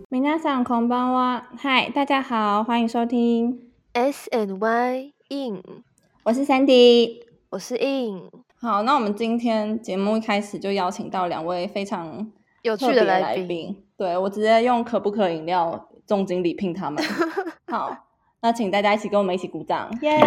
皆さんこんばんは。嗨，大家好，欢迎收听 S&Y in， 我是 Sandy， 我是 in。 好，那我们今天节目一开始就邀请到2位非常有趣的来宾， 对，我直接用可不可饮料重金礼聘他们。好，那请大家一起跟我们一起鼓掌，耶！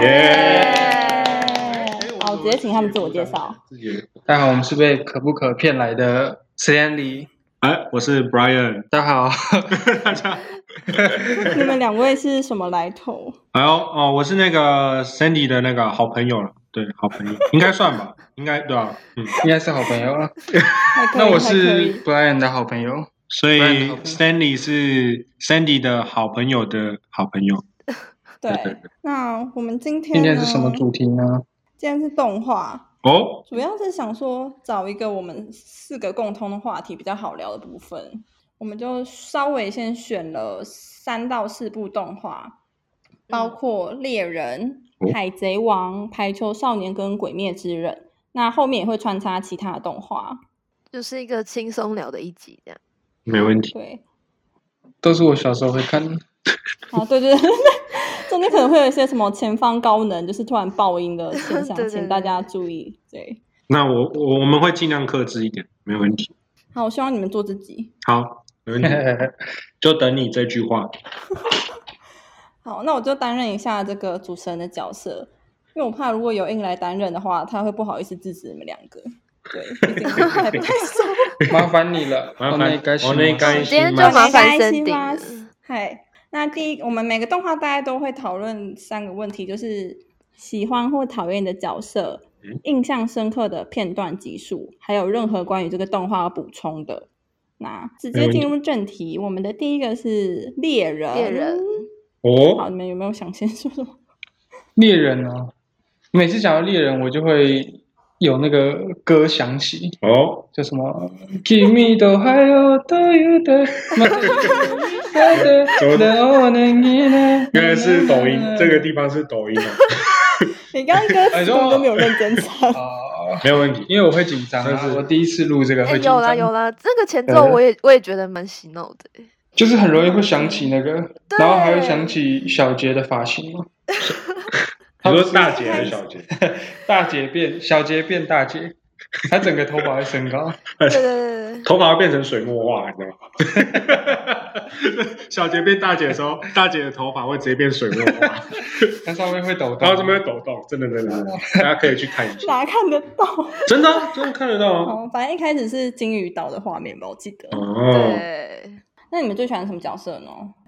好，直接请他们自我介绍。 大家好，我们是被可不可骗来的 Stanley。 我是 Brian。 大家好， 大家。 你们2位是什么来头？ 我是那个 Sandy 的那个好朋友了，对，好朋友应该算吧，应该对吧？ 应该是好朋友了。那我是 Brian 的好朋友， 所以 Stanley 是 Sandy 的好朋友的好朋友。 对，那我们今天是什么主题呢？ 今天是动画。 主要是想说找一个我们4个共通的话题比较好聊的部分，我们就稍微先选了3到4部动画，包括猎人、海贼王、排球少年跟鬼灭之刃，那后面也会穿插其他的动画， 就是一个轻松聊的一集这样。 没问题。 对， 都是我小时候会看的。 对，中间可能会有一些什么前方高能，就是突然爆音的现象，请大家注意。对， 那我们会尽量克制一点，没问题。 好，我希望你们做自己。 好，没问题。就等你这句话。 好，那我就担任一下这个主持人的角色，因为我怕如果有硬来担任的话，他会不好意思制止你们2个。对，毕竟还不太熟。 麻烦你了， 麻烦。 今天就麻烦Sandy了。 嗨。那我们每个动画大家都会讨论3个问题，就是喜欢或讨厌的角色、印象深刻的片段集数，还有任何关于这个动画要补充的。那直接进入正题，我们的第一个是猎人。好，你们有没有想先说什么？ 猎人啊，每次讲到猎人，我就会有那个歌响起就什么君とハヨという的原来是抖音，这个地方是抖音。 你刚刚歌词都没有认真唱。 没有问题， 因为我会紧张我第一次录这个会紧张。 有啦，这个前奏我也觉得蛮洗脑的。 就是很容易会想起那个，然后还会想起小杰的发型嘛。 你说大杰还是小杰？ 大杰变小杰变大杰，他整个头发会升高。 对， 头发会变成水墨画，你知道吗？小杰变大杰的时候，大杰的头发会直接变水墨画， 它上面会抖动， 然后这边会抖动，真的，大家可以去看一下。 哪看得到？ 真的看得到啊！ 反正一开始是金鱼岛的画面吧，我记得。 对。 那你们最喜欢什么角色呢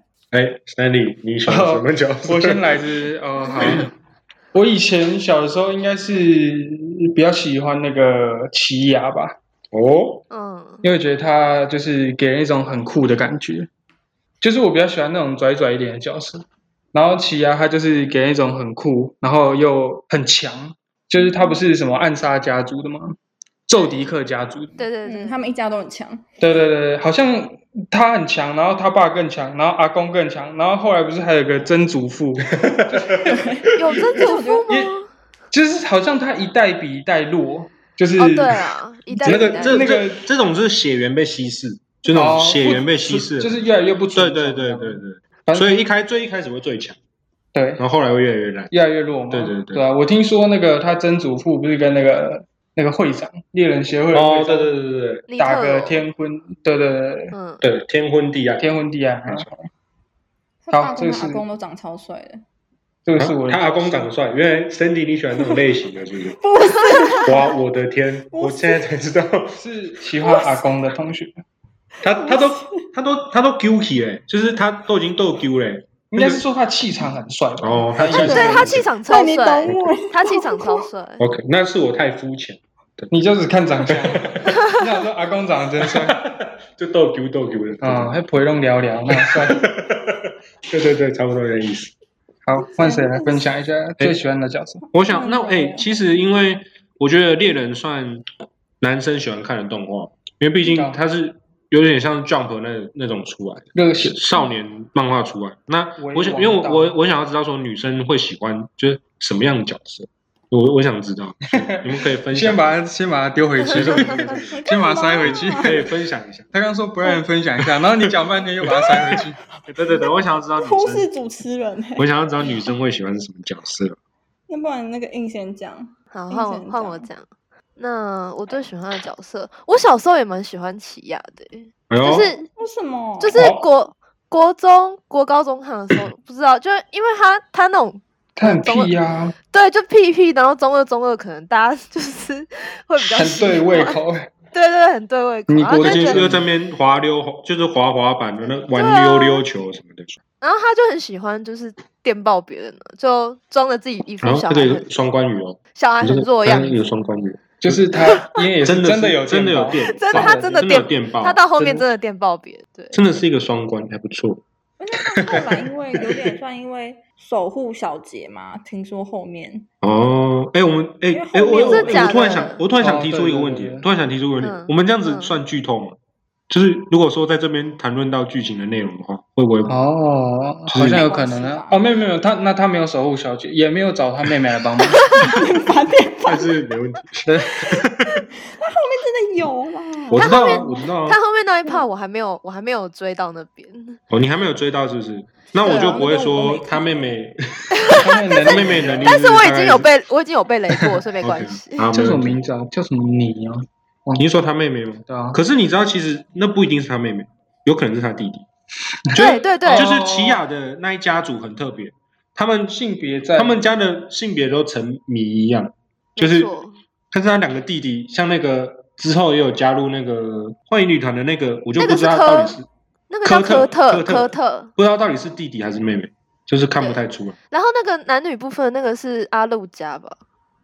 ？Stanley， 你喜欢什么角色？ 我先来自好。我以前小的时候应该是比较喜欢那个奇亚吧。因为觉得他就是给人一种很酷的感觉，就是我比较喜欢那种拽拽一点的角色。然后奇亚他就是给人一种很酷，然后又很强，就是他不是什么暗杀家族的吗？宙迪克家族。 对， 他们一家都很强。 对，好像他很强，然后他爸更强，然后阿公更强，然后后来不是还有个曾祖父？ 有曾祖父吗？ 就是好像他一代比一代弱，就是对啊，一代比一代那个这种是血缘被稀释，就那种血缘被稀释， 就是越来越不纯。 对，所以最一开始会最强， 对， 然后后来会越来越烂， 越来越弱嘛。 对啊，我听说那个他曾祖父不是跟那个会长猎人协会的会长对， 打个天昏，对， 天昏地暗， 没错。 好，这个阿公都长超帅的。 这个是我他阿公长得帅，因为 Sandy 你喜欢那种类型的，是不是？ 不是。 哇，我的天，我现在才知道是喜欢阿公的同学。 他都丢起嘞，就是他都已经都丢嘞。 应该是说他气场很帅吧？ 他气场超帅，他气场超帅。 OK， 那是我太肤浅。 你就只看长相，你想说阿公长得真帅， 就逗丢的还陪弄聊聊，那帅。 对，差不多的意思。 好，换谁来分享一下最喜欢的角色？ 我想，其实因为我觉得猎人算男生喜欢看的动画，因为毕竟他是有点像 Jump 那种出来的少年漫画出来。那我想，因为我想要知道说女生会喜欢就是什么样的角色， 我想知道，你们可以分享。 先把它丢回去，先把它塞回去， 可以分享一下。 他刚说不让人分享一下，然后你讲半天又把它塞回去。 对，我想要知道忽视主持人。 我想要知道女生会喜欢什么角色。 要不然那个印先讲， 好，换我讲。那我最喜欢的角色，我小时候也蛮喜欢奇亚的，就是为什么？ 就是国中、国高中看的时候，不知道，就因为他那种。 他很屁啊， 对，就屁，然后中二可能大家就是会比较很对胃口， 对，很对胃口。 你国中就在那边就是滑滑板的那玩溜球什么的。 然后他就很喜欢就是电爆别人了，就装着自己一副小孩这个双关语哦， 小孩很弱的样子。 有双关语， 就是他因为也是真的有电， 他真的电爆， 他到后面真的电爆别人，对， 真的是一个双关，还不错。 后来因为有点算因为守护小杰嘛，听说后面我突然想提出一个问题，我们这样子算剧透吗？就是如果说在这边谈论到剧情的内容的话，会不会？ 好像有可能啊。没有，他没有守护小姐，也没有找他妹妹来帮忙， 但是没问题。 他后面真的有啦， 我知道。 他后面那一 part 我还没有追到那边。 你还没有追到是不是？那我就不会说他妹妹，能力。 但是我已经有被雷过，所以没关系。 叫什么名字啊？叫什么你啊？ 你是说他妹妹吗？ 对啊。 可是你知道，其实那不一定是他妹妹，有可能是他弟弟。 对， 就是奇亚的那一家族很特别，他们家的性别都成谜一样，就是但是他两个弟弟，像那个之后也有加入那个幻影旅团的那个，我就不知道到底是那个叫科特， 不知道到底是弟弟还是妹妹，就是看不太出来。 然后那个男女部分那个是阿路加吧？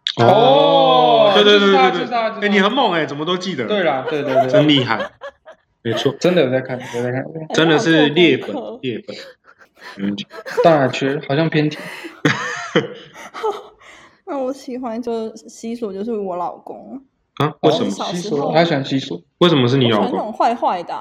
对，你很猛怎么都记得？ 对啦，对， 真厉害，没错， 真的有在看， 真的是劣粉， 大雅缺好像偏题。 那我喜欢就是西索，就是我老公啊？为什么西索？他喜欢西索？ 为什么是你老公？ 那种坏坏的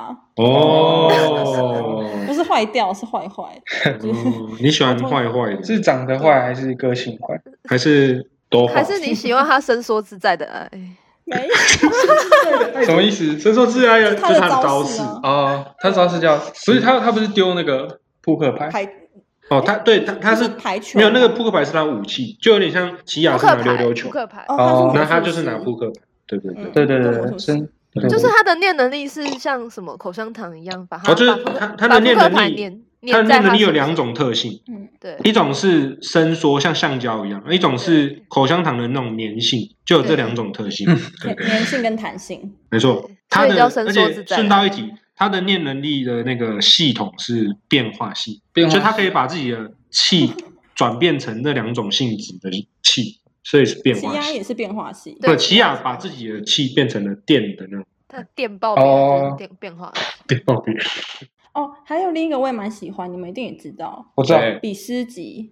不是坏掉，是坏坏。 你喜欢坏坏的？ 是长得坏还是个性坏？ 还是？ 还是你喜欢他伸缩自在的爱？ 没有， 什么意思？ 伸缩自在就是他的招式他招式叫不是他不是丢那个扑克牌？ 他是排球， 没有那个扑克牌是他武器，就有点像奇亚是拿溜溜球，那他就是拿扑克牌。对， 就是他的念能力是像什么口香糖一样，把就是他的念能力。它的念能力有两种特性， 对， 一种是伸缩像橡胶一样，一种是口香糖的那种粘性，就有这两种特性， 粘性跟弹性， 没错。而且顺道一提，它的念能力的那个系统是变化系，所以它可以把自己的气转变成那两种性质的气，所以是变化系。 奇亚也是变化系， 对，奇亚把自己的气变成了电的那种， 它电爆别人变化， 电爆别人。 还有另一个我也蛮喜欢，你们一定也知道， 我知道比斯吉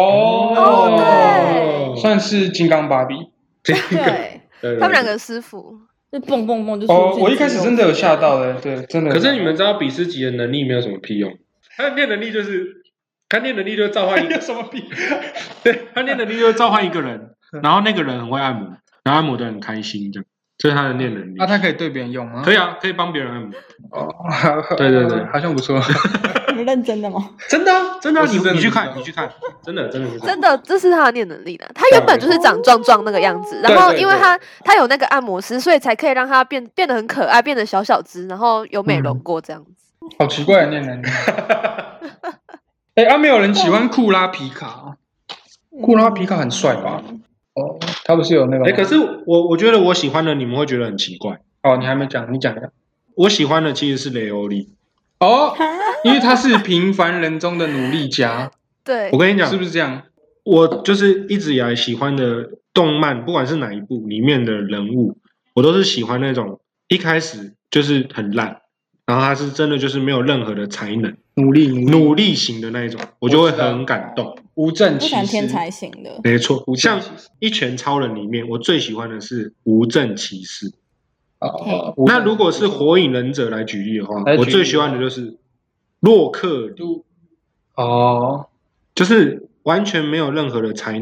对， 算是金刚芭比， 对，他们两个师傅就蹦蹦蹦就我一开始真的有吓到对，真的。 可是你们知道比斯吉的能力没有什么屁用，他的念能力就是召唤一个什么屁？对，他念能力就是召唤一个人，然后那个人很会按摩，然后按摩的很开心这样。这是他的念能力。 他可以对别人用吗？ 可以啊，可以帮别人按摩。对， 好像不错。 你认真的吗？ 真的，你去看，真的是真的，这是他的念能力的。他原本就是长壮壮那个样子，然后因为他有那个按摩师，所以才可以让他变得很可爱，变得小小只，然后有美容过这样子。 好奇怪的念能力。没有人喜欢库拉皮卡。库拉皮卡很帅吧？他不是有那个？ 可是我觉得我喜欢的你们会觉得很奇怪。 你还没讲，你讲一下。 我喜欢的其实是雷欧利。 因为他是平凡人中的努力家。 对， 我跟你讲， 是不是这样？ 我就是一直以来喜欢的动漫，不管是哪一部里面的人物，我都是喜欢那种一开始就是很烂，然后他是真的就是没有任何的才能，努力型的那一种，我就会很感动。 无证骑士， 天才型的， 没错。像一拳超人里面，我最喜欢的是无证骑士。那如果是火影忍者来举例的话，我最喜欢的就是洛克鲁。就是完全没有任何的才能，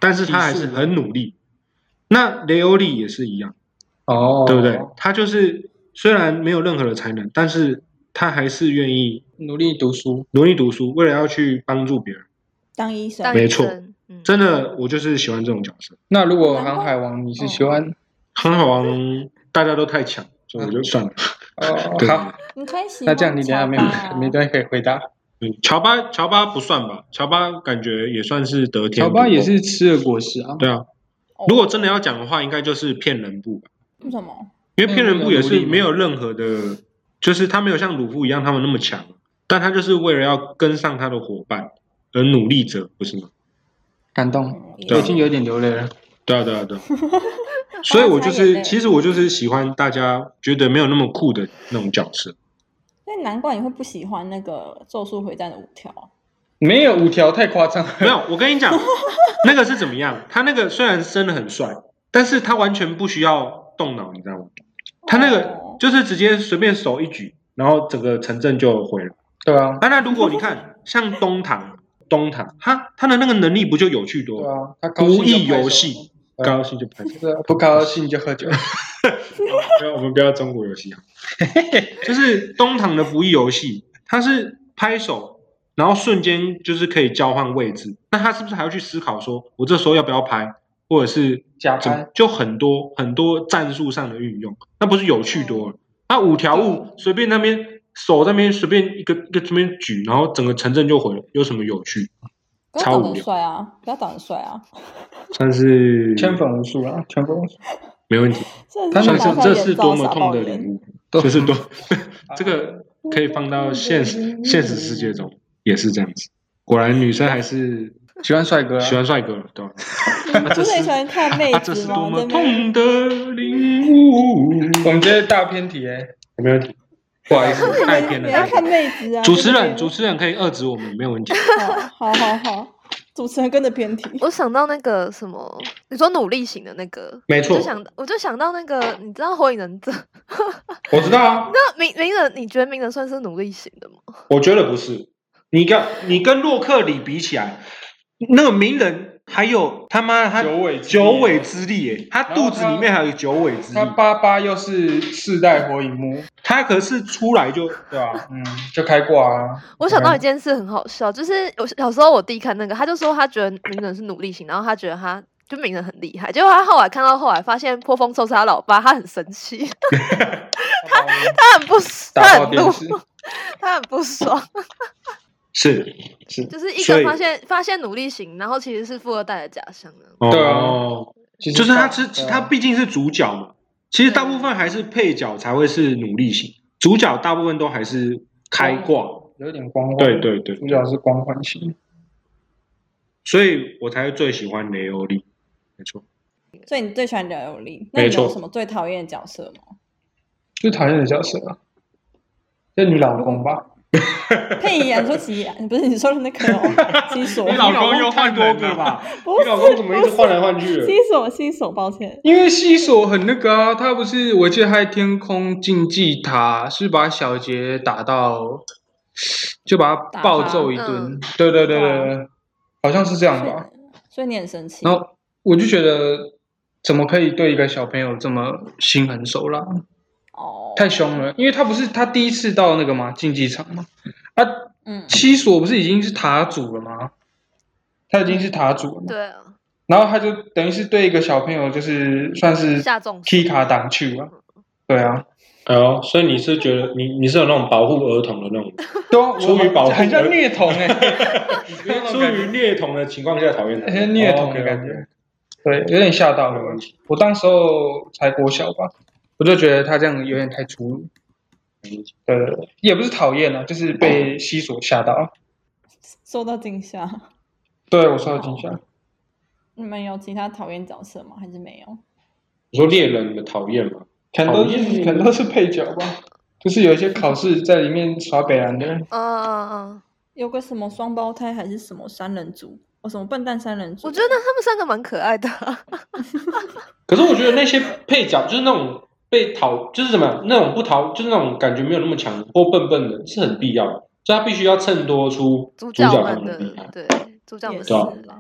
但是他还是很努力。那雷欧利也是一样，对不对？他就是虽然没有任何的才能，但是他还是愿意努力读书， 为了要去帮助别人， 当医生。 没错，真的，我就是喜欢这种角色。 那如果航海王，你是喜欢？ 航海王大家都太强，所以我就算了。 好， 你可以喜欢。 那这样你等下没东西可以回答。 乔巴不算吧？乔巴感觉也算是得天独厚。 乔巴也是吃了果实啊。 对啊，如果真的要讲的话，应该就是骗人部吧？ 为什么？ 因为骗人部也是没有任何的，就是他没有像鲁夫一样他们那么强，但他就是为了要跟上他的伙伴而努力着，不是吗？ 感动，已经有点流泪了。 对啊。所以其实我就是喜欢大家觉得没有那么酷的那种角色。 所以难怪你会不喜欢那个《咒术回战》的5条。 没有5条太夸张。 没有，我跟你讲，那个是怎么样？他那个虽然生得很帅，但是他完全不需要动脑，你知道吗？他那个就是直接随便手一举，然后整个城镇就毁了。 对啊。 那如果你看像东堂，他的那个能力不就有趣多了？ 对啊，他不义游戏。高兴就拍手， 不高兴就喝酒。 我们不要中国游戏啊，就是东堂的不义游戏，它是拍手，然后瞬间就是可以交换位置。那他是不是还要去思考说，我这时候要不要拍，或者是假拍？ 就很多战术上的运用，那不是有趣多了？那5条悟随便那边手那边随便一个这边举，然后整个城镇就毁了，有什么有趣？ 超无聊。帅啊，不要长得帅啊。 算是圈粉无数啦，圈粉无数， 没问题。这是多么痛的领悟，就是多这个可以放到现实世界中也是这样子。果然女生还是喜欢帅哥， 对吧？ 不是喜欢看妹子吗？ 这是多么痛的领悟。 我们这是大偏题没问题。不好意思，太偏了。 你要看妹子啊！ 主持人可以遏制我们，没有问题。 好，主持人跟着偏题。 我想到那个什么，你说努力型的那个， 没错。 我就想到那个，你知道《火影忍者》？ 我知道啊。 那鸣人，你觉得鸣人算是努力型的吗？ 我觉得不是。你跟洛克里比起来，那个鸣人。还有他九尾之力耶，他肚子里面还有9尾之力。 他爸爸又是4代火影木， 他可是出来就对吧？ 就开挂啊。 我想到一件事很好笑，就是小时候我弟看那个，他就说他觉得鸣人是努力型，然后他觉得就鸣人很厉害，结果他后来发现破风臭是他老爸，他很生气，他很不爽，他很不爽。 是， 就是一个发现努力型，然后其实是富2代的假象对啊， 就是他毕竟是主角嘛，其实大部分还是配角才会是努力型，主角大部分都还是开挂， 有点光环。 对， 主角是光环型， 所以我才最喜欢雷欧利，没错。 所以你最喜欢雷欧利？那你有什么最讨厌的角色吗？ 最讨厌的角色啊，就你老公吧。 佩仪，你说奇岩，不是你说的那个西索？ 你老公又换多个吧？你老公怎么一直换来换去？ 西索，抱歉。 因为西索很那个啊，他不是我记得他在天空竞技塔是把小杰打到，就把他暴揍一顿。对，好像是这样吧。 所以你很生气。 然后我就觉得，怎么可以对一个小朋友这么心狠手辣？太凶了，因为他第一次到那个嘛竞技场嘛，七索不是已经是塔主了吗？他已经是塔主了嘛。 对啊。 然后他就等于是对一个小朋友就是算是下重踢卡挡去啊。对啊。 所以你是觉得你是有那种保护儿童的那种， 出于保护，很像虐童出于虐童的情况下讨厌他， 虐童的感觉。对，有点吓到，没问题。我当时候才国小吧。我就觉得他这样有点太粗鲁，也不是讨厌啊，就是被西索吓到， 受到惊吓。 对，我受到惊吓。 你们有其他讨厌角色吗？还是没有？ 你说猎人的讨厌吗？ 可能都是配角吧，就是有一些考试在里面耍北兰的人。 有个什么双胞胎还是什么3人组？什么笨蛋3人组？ 我觉得他们3个蛮可爱的。 可是我觉得那些配角就是那种。就是怎么样那种就是那种感觉没有那么强或笨笨的，是很必要的，所以他必须要衬托出主角们的厉害。 对，主角们是啦。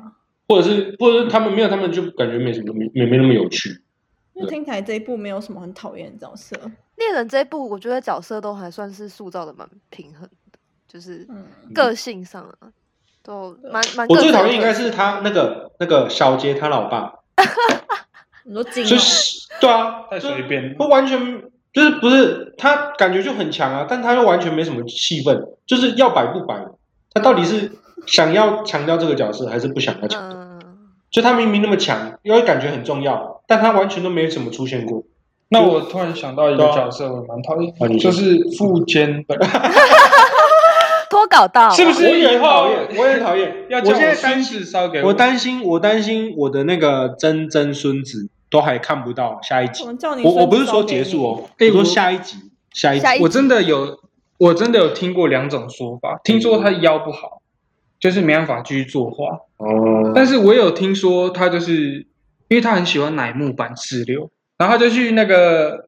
或者是他们没有，他们就感觉没那么有趣。 那听起来这一部没有什么很讨厌的角色。 猎人这一部，我觉得角色都还算是塑造的蛮平衡的，就是个性上啊，都蛮。 我最讨厌应该是他那个小杰他老爸。 你说金就是对啊， 太随便， 不完全就是不是他感觉就很强啊，但他又完全没什么戏份，就是要摆不摆，他到底是想要强调这个角色，还是不想要强调？就他明明那么强，因为感觉很重要，但他完全都没什么出现过。 那我突然想到一个角色，我蛮讨厌，就是富坚本。 脱稿到是不是？ 我也讨厌。 我现在担心烧给我担心我的那个曾孙子都还看不到下一集。我不是说结束哦，我说下一集。 我真的有听过2种说法，听说他腰不好，就是没办法继续作画。哦。但是我有听说他就是因为他很喜欢乃木坂46，然后他就去那个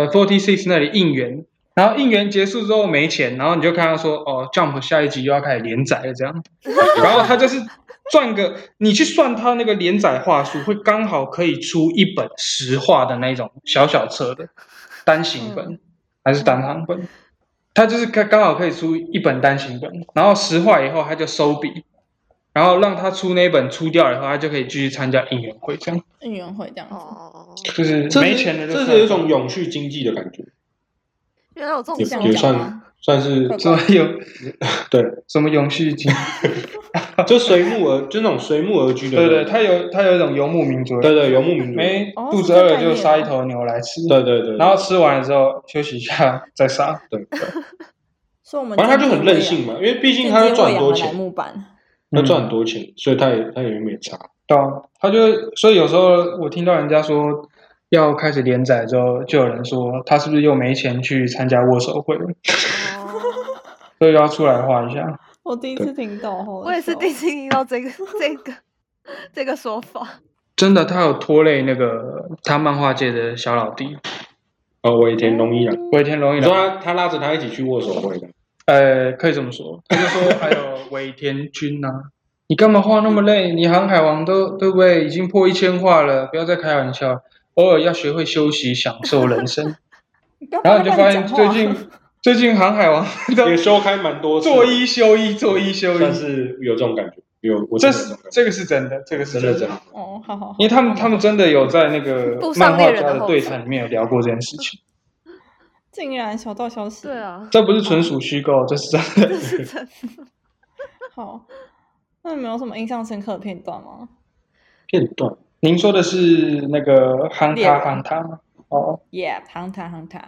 46那里应援。然后应援结束之后没钱，然后你就看到说哦 ，Jump 下一集又要开始连载了这样，然后他就是赚个，你去算他那个连载话数，会刚好可以出一本10话的那种小册的单行本，还是单行本，他就是刚好可以出一本单行本，然后10话以后他就收笔，然后让他出那本出掉以后，他就可以继续参加应援会这样。 应援会这样子， 就是没钱的， 这是有一种永续经济的感觉。 原来有这种也算是有对什么永续经济， 就就那种随木而居的。 对，他有一种游牧民族。 对，游牧民族。 没肚子饿了就杀一头牛来吃。 对。 然后吃完了之后休息一下再杀。对。 所以我们反正他就很任性嘛，因为毕竟他要赚很多钱，要赚很多钱，所以他也没差。 对啊，所以有时候我听到人家说。要开始连载之后，就有人说他是不是又没钱去参加握手会了？所以要出来画一下。 我第一次听到， 我也是第一次听到这个说法。 真的，他有拖累那个他漫画界的小老弟。 尾田荣一郎。 你说他拉着他一起去握手会的。 可以这么说。他就说还有尾田君啊，你干嘛画那么累？你航海王都对不对？已经破1000话了，不要再开玩笑。偶尔要学会休息，享受人生。然后你就发现最近航海王也收开蛮多次， 做一休一， 算是有这种感觉。 这个是真的，这个是真的。 哦，好。 因为他们真的有在那个漫画家的对谈里面有聊过这件事情。 竟然小道消息。 对啊。 这不是纯属虚构，这是真的。 这是真的。 好，那你们有什么印象深刻的片段吗？ 片段。 您说的是那个航塔吗？哦 ，Yeah， 航塔。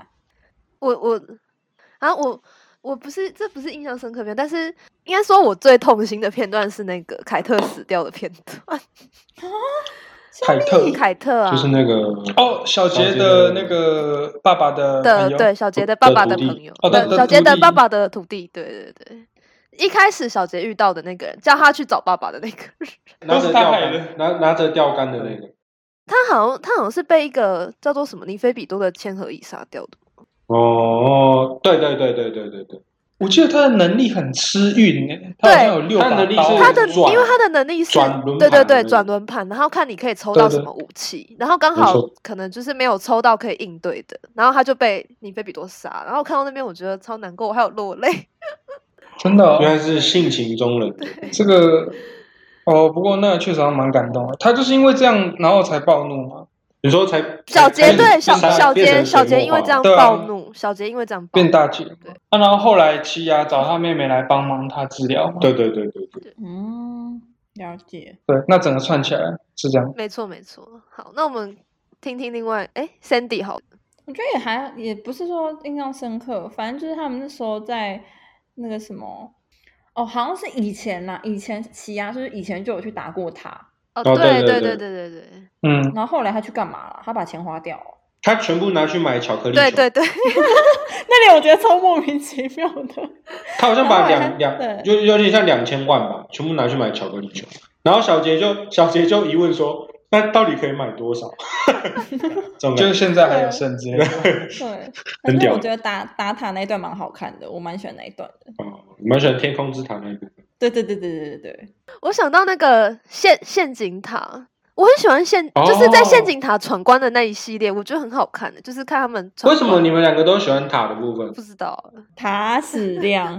我不是，这不是印象深刻片，但是应该说我最痛心的片段是那个凯特死掉的片段。凯特啊， 就是那个小杰的那个爸爸的朋友， 对，小杰的爸爸的朋友，小杰的爸爸的徒弟，对。一开始小杰遇到的那个人，叫他去找爸爸的那个人， 拿着钓竿的那个， 他好像是被一个叫做什么尼菲比多的千和蚁杀掉的。 哦，对。 我记得他的能力很吃运诶，他好像有6把刀。 因为他的能力是对转轮盘，然后看你可以抽到什么武器，然后刚好可能就是没有抽到可以应对的，然后他就被尼菲比多杀，然后看到那边我觉得超难过，我还有落泪。 真的， 原来是性情中人。 这个不过那确实还蛮感动的。他就是因为这样，然后才暴怒嘛。 你说才小杰对小杰因为这样暴怒，小杰因为这样变大姐。对，然后后来奇亚找他妹妹来帮忙他治疗嘛。 对。 了解。 对，那整个串起来是这样。 没错。好，那我们听听另外Sandy 好。 我觉得也不是说印象深刻，反正就是他们那时候在。那个什么好像是以前奇亚就是以前就有去打过他。 对。 然后后来他去干嘛了？他把钱花掉了。 他全部拿去买巧克力球。 对。 那里我觉得超莫名其妙的。 他好像把就有点像2000万吧，全部拿去买巧克力球。然后小杰就疑问说：“那到底可以买多少？” 就是现在还有剩之类的。 对， 很屌。 我觉得打塔那一段蛮好看的，我蛮喜欢那一段的。 蛮喜欢天空之塔那一部分。 对对对对对对， 我想到那个陷阱塔。我很喜欢就是在陷阱塔闯关的那一系列，我觉得很好看的，就是看他们闯关。 为什么你们两个都喜欢塔的部分？ 不知道， 塔矢亮。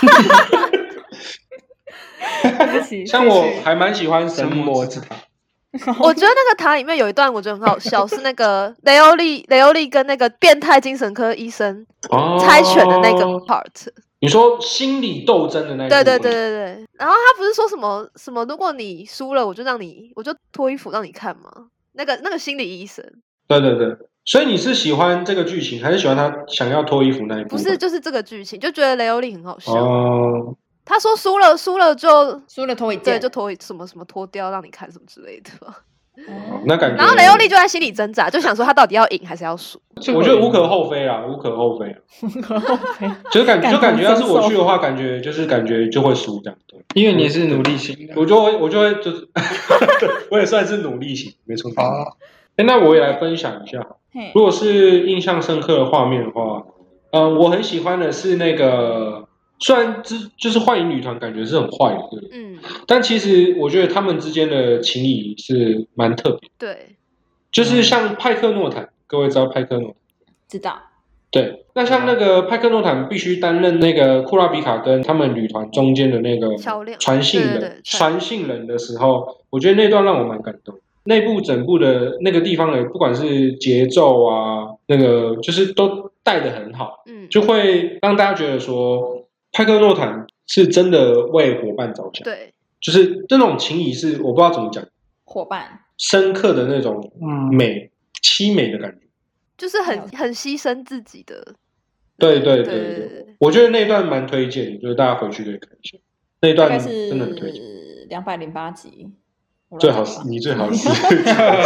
像我还蛮喜欢神魔之塔。 我觉得那个塔里面有一段我觉得很好笑，是那个雷欧利跟那个变态精神科医生猜拳的那个 part。 你说心理斗争的那一部分？ 对。然后他不是说什么，如果你输了，我就脱衣服让你看吗？那个心理医生。对。 所以你是喜欢这个剧情，还是喜欢他想要脱衣服那一部分？ 不是，就是这个剧情，就觉得雷欧利很好笑。他说输了脱一件， 对，就脱什么脱掉让你看什么之类的。 那感觉， 然后雷欧利就在心里挣扎，就想说他到底要赢还是要输？ 我觉得无可厚非啦，无可厚非。就感觉要是我去的话，感觉就会输这样。 因为你是努力型的， 我就会就是，我也算是努力型，没错。那我也来分享一下，如果是印象深刻的画面的话，我很喜欢的是那个。虽然就是幻影女团感觉是很坏的，但其实我觉得他们之间的情谊是蛮特别。 对， 就是像派克诺坦，各位知道派克诺坦？ 知道。 对，那像那个派克诺坦必须担任那个库拉比卡跟他们旅团中间的那个传信人的时候，我觉得那段让我蛮感动。内部整部的那个地方的，不管是节奏啊，那个就是都带得很好，就会让大家觉得说。派克诺坦是真的为伙伴着想， 对， 就是这种情谊是我不知道怎么讲， 伙伴深刻的那种美凄美的感觉， 就是很牺牲自己的。 对，我觉得那一段蛮推荐的，就是大家回去可以看一下，那一段真的很推荐。 208集， 你最好是。 我不知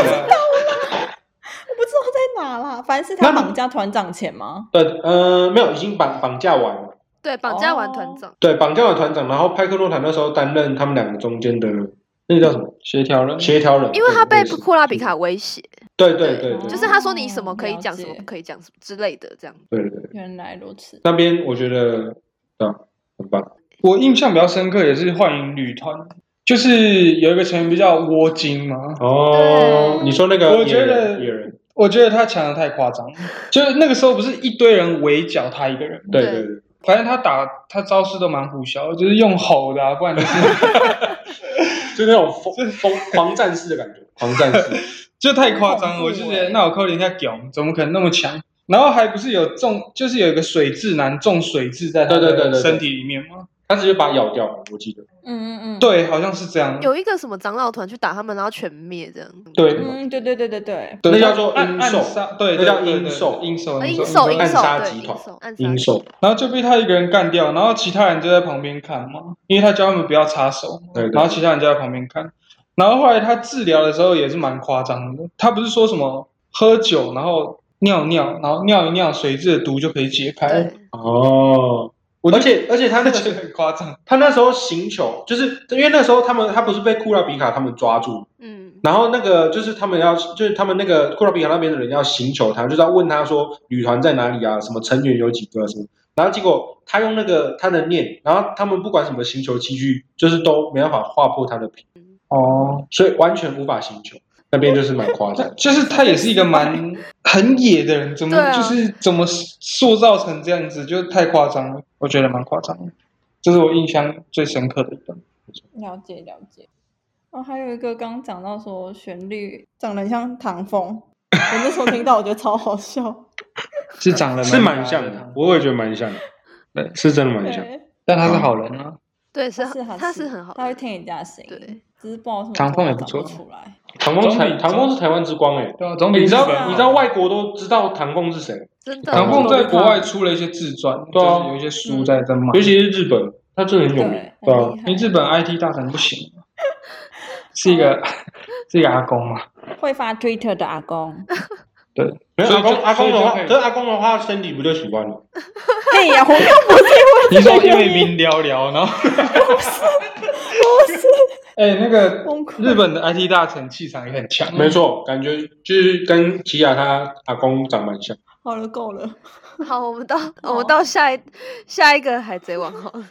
道在哪啦，反正是他绑架团长前吗？ 对，没有，已经绑架完了。 对，绑架完团长。 对，绑架完团长，然后派克诺坦那时候担任他们两个中间的那个叫什么协调人， 因为他被库拉比卡威胁。 对， 就是他说你什么可以讲，什么不可以讲，什么之类的，这样。 对， 原来如此。 那边我觉得很棒。 我印象比较深刻也是幻影旅团，就是有一个成员比较窝金嘛。 你说那个野人， 我觉得他抢得太夸张了，就是那个时候不是一堆人围剿他一个人。 对。 反正他招式都蛮虎啸，就是用吼的不然就那种狂战士的感觉，狂战士就太夸张了。我就觉得那我扣人家屌，怎么可能那么强？然后还不是就是有一个水蛭男种水蛭在他的身体里面吗？ 他直接把他咬掉了，我记得。 对，好像是这样。 有一个什么长老团去打他们，然后全灭这样。 对， 对， 那叫做鹰兽， 对， 那叫鹰兽暗杀集团，鹰兽。 然后就被他一个人干掉，然后其他人就在旁边看嘛，因为他叫他们不要插手，然后其他人就在旁边看。然后后来他治疗的时候也是蛮夸张的，他不是说什么喝酒然后尿，然后尿一尿水蛭的毒就可以解开。而且他那个很夸张， 他那时候行球，就是因为那时候他不是被库拉比卡他们抓住，然后那个就是他们那个库拉比卡那边的人要行球他，就是要问他说旅团在哪里啊，什么成员有几个什么，然后结果他用那个他的念，然后他们不管什么行球器具，就是都没办法划破他的皮，所以完全无法行球。那边就是蛮夸张， 就是他也是一个很野的人，怎么塑造成这样子，就太夸张了，我觉得蛮夸张的，这是我印象最深刻的一段。 了解。还有一个刚刚讲到说旋律长得像唐风，我那时候听到我觉得超好笑， 是长得是蛮像的，我也觉得蛮像的，对，是真的蛮像， 但他是好人啊， 对，他是很好， 他会听人家的声音， 对， 只是不知道什么唐风也不错出来。 唐凤是台湾之光对啊， 你知道外国都知道唐凤是谁？ 真的， 唐凤在国外出了一些自传，对啊，有一些书在卖， 尤其是日本，他真的很有名，对啊， 因为日本 IT 大神不行，是一个阿公嘛， 会发 Twitter 的阿公， 对， 阿公的话，可是阿公的话，身体不就喜欢了？ 嘿呀，我又不是你说因为民聊，然后不是。那个日本的 IT 大臣气场也很强， 没错，感觉就是跟奇亚他阿公长蛮像。 好了，够了。 好，我们到下一个海贼王好了。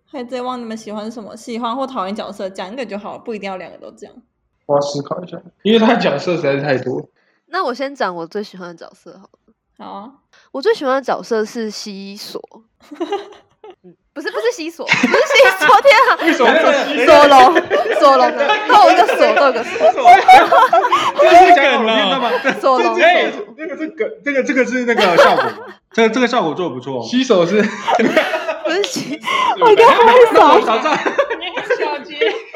海贼王你们喜欢什么？喜欢或讨厌角色，讲一个就好了，不一定要2个都讲。 我要思考一下，因为他角色实在是太多。 那我先讲我最喜欢的角色好了。 好啊， 我最喜欢的角色是西索。不是西索，不是西索，天啊！ 为什么索隆的，都有一个索，都有一个索。 这是梗吗？ 索隆， 这个是那个效果，这个效果做的不错。 西索是， 不是西， 我刚拍手。 早上， 你很小鸡。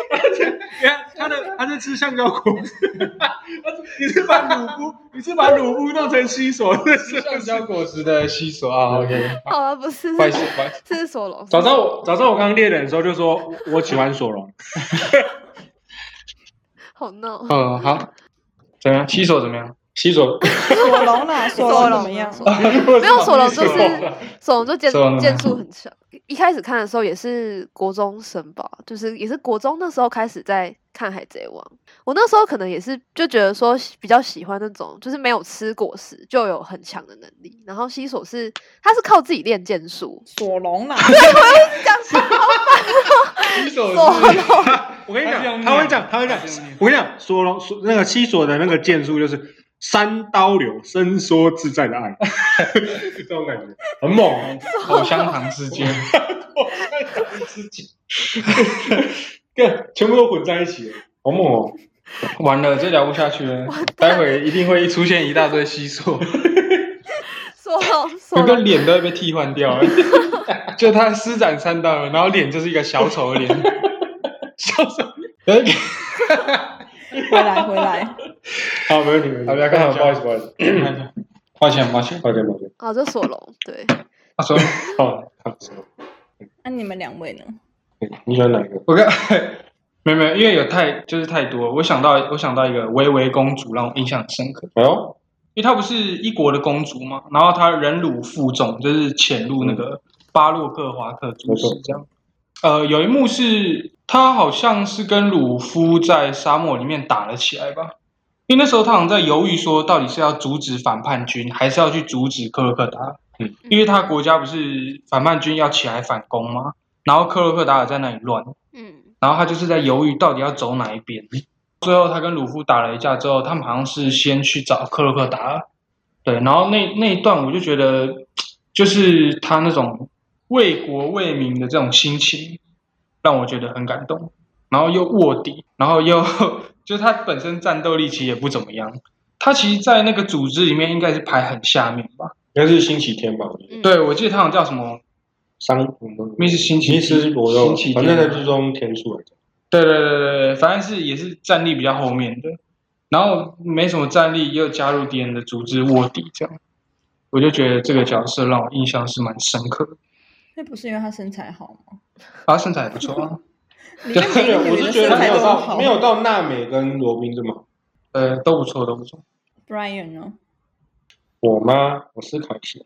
他在吃橡胶果子，你是把鲁夫弄成西索， 是橡胶果实的西索啊。OK， 好啊，不是， 不好意思， 是索隆。 早上我刚猎人的时候就说我喜欢索隆。 好闹。 好，怎么样？西索怎么样？ 西索龙啦，索龙怎么样？ 没有索隆，就是索隆就剑术很强。一开始看的时候也是国中生吧，就是也是国中那时候开始在看海贼王。我那时候可能也是就觉得说比较喜欢那种就是没有吃果实就有很强的能力，然后西索他是靠自己练剑术。 索隆啦， 对，我又讲西索是， 我跟你讲，他会讲，我跟你讲，那个西索的那个剑术就是3刀流伸缩自在的爱，这种感觉很猛， 口香糖之间， 全部都混在一起了，好猛哦！ 完了，这聊不下去了，待会一定会出现一大堆西索，有个脸都会被替换掉了，就他施展3刀了，然后脸就是一个小丑的脸，小丑脸。 回来。 好，没问题。好，不要看，不好意思。 抱歉。 哦，这索隆，对。 索隆， 好。 那你们2位呢？ 你喜欢哪一个？ 我看没有，因为太多了。我想到一个维维公主，让我印象很深刻。 哦， 因为她不是一国的公主嘛，然后她忍辱负重，就是潜入那个巴洛克华克都市这样。有一幕是她好像是跟鲁夫在沙漠里面打了起来吧。因为那时候他好像在犹豫说，到底是要阻止反叛军，还是要去阻止克洛克达尔。因为他国家不是反叛军要起来反攻吗？然后克洛克达尔在那里乱。然后他就是在犹豫到底要走哪一边。最后他跟鲁夫打了一架之后，他们好像是先去找克洛克达尔。对，然后那一段我就觉得，就是他那种为国为民的这种心情，让我觉得很感动。然后又卧底，然后又就是他本身战斗力其实也不怎么样。他其实，在那个组织里面应该是排很下面吧？ 应该是星期天吧？ 对，我记得他好像叫什么Miss 星期天，反正在之中天数来着。 对，反正也是战力比较后面的，然后没什么战力，又加入敌人的组织卧底，这样，我就觉得这个角色让我印象是蛮深刻的。 那不是因为他身材好吗？ 他身材还不错啊。 我是觉得没有到娜美跟罗宾这么好。 都不错。 Brian 呢？ 我吗？我思考一下。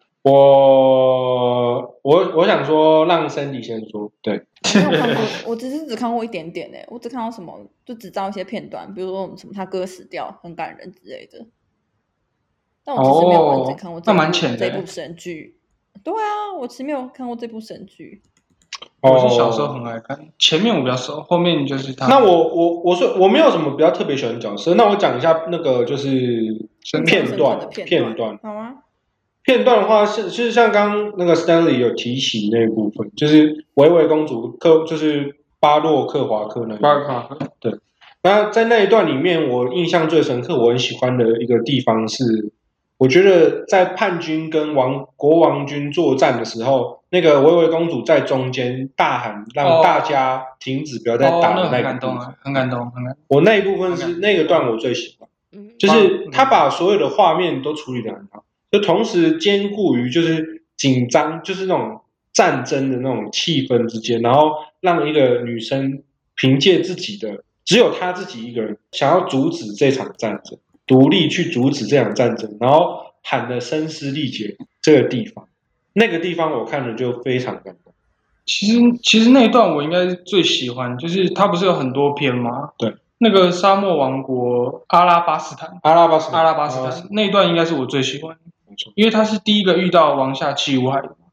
我想说，让Sandy先说。对， 我只看过一点点我只看到什么，就只知道一些片段，比如说什么他哥死掉很感人之类的。但我其实没有完整看过这部神剧。对啊，我其实没有看过这部神剧。 我是小时候很爱看，前面我比较熟，后面就是他。 那我说我没有什么比较特别喜欢的角色，那我讲一下那个就是片段。 好啊。 片段的话是像刚那个 Stanley 有提起那一部分，就是维维公主就是巴洛克华克那一段。对。那在那一段里面，我印象最深刻，我很喜欢的一个地方是，我觉得在叛军跟国王军作战的时候，那个维维公主在中间大喊，让大家停止，不要再打的那个部分。 很感动。 我那一部分是那个段我最喜欢，就是他把所有的画面都处理得很好，就同时兼顾于就是紧张，就是那种战争的那种气氛之间，然后让一个女生凭借自己的，只有她自己一个人想要阻止这场战争。独立去阻止这场战争，然后喊得声嘶力竭，这个地方，那个地方我看了就非常感动。 其实那一段我应该是最喜欢，就是它不是有很多篇吗？ 对， 那个沙漠王国阿拉巴斯坦那一段应该是我最喜欢的，因为他是第一个遇到王下七武海的，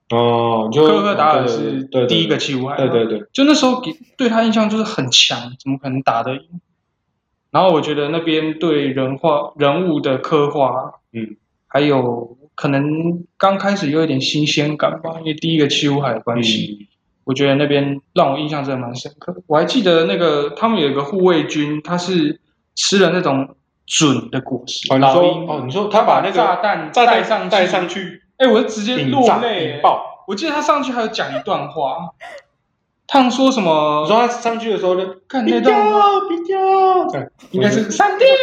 哦，就科克达尔是第一个七武海， 对， 就那时候对他印象就是很强，怎么可能打得赢？然后我觉得那边对人物的刻画，还有可能刚开始有一点新鲜感吧，因为第一个七武海的关系，我觉得那边让我印象真的蛮深刻。我还记得那个他们有一个护卫军，他是吃了那种准的果实。 你说他把那个炸弹带上去，我直接落泪。我记得他上去还有讲一段话，他说什么？ 你说他上去的时候就看那段话， 比较， 应该是闪电。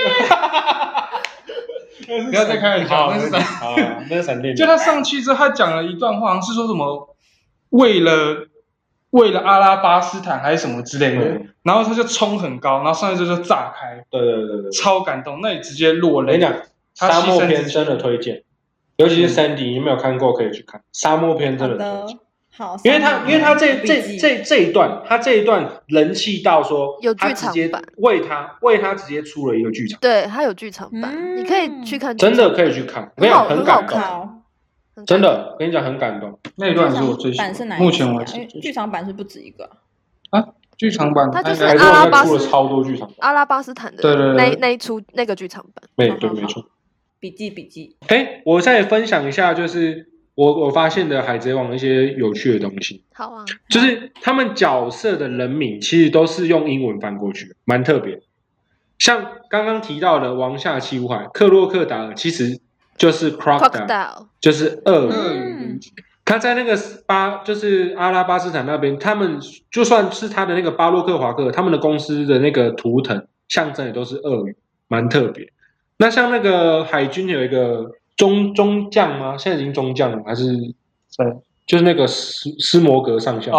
不要再开玩笑， 那是闪电。 就他上去之后，他讲了一段话，好像是说什么为了阿拉巴斯坦还是什么之类的，然后他就冲很高，然后上去就炸开， 对， 超感动，那里直接落泪。 我跟你讲，沙漠篇真的推荐，尤其是 Sandy， 你没有看过可以去看沙漠篇，真的推荐。 好， 因为他这一段人气到说， 有剧场版， 为他直接出了一个剧场， 对，他有剧场版，你可以去看， 真的可以去看，我跟你讲很感动，真的跟你讲很感动。 那一段是我最喜欢的，目前为止， 剧场版是不止一个啊，剧场版它就是阿拉巴斯出了超多剧场版， 阿拉巴斯坦的那一出那个剧场版， 对，没错。 笔记， 我再分享一下，就是我发现的海贼王的一些有趣的东西。 好啊， 就是他们角色的人名其实都是用英文翻过去，蛮特别。像刚刚提到的王下七武海，克洛克达尔其实就是 crocodile， 就是鳄鱼。他在那个就是阿拉巴斯坦那边，他们就算是他的那个巴洛克华克，他们的公司的那个图腾象征也都是鳄鱼，蛮特别。那像那个海军有一个中将吗？现在已经中将了，还是就是那个斯摩格上校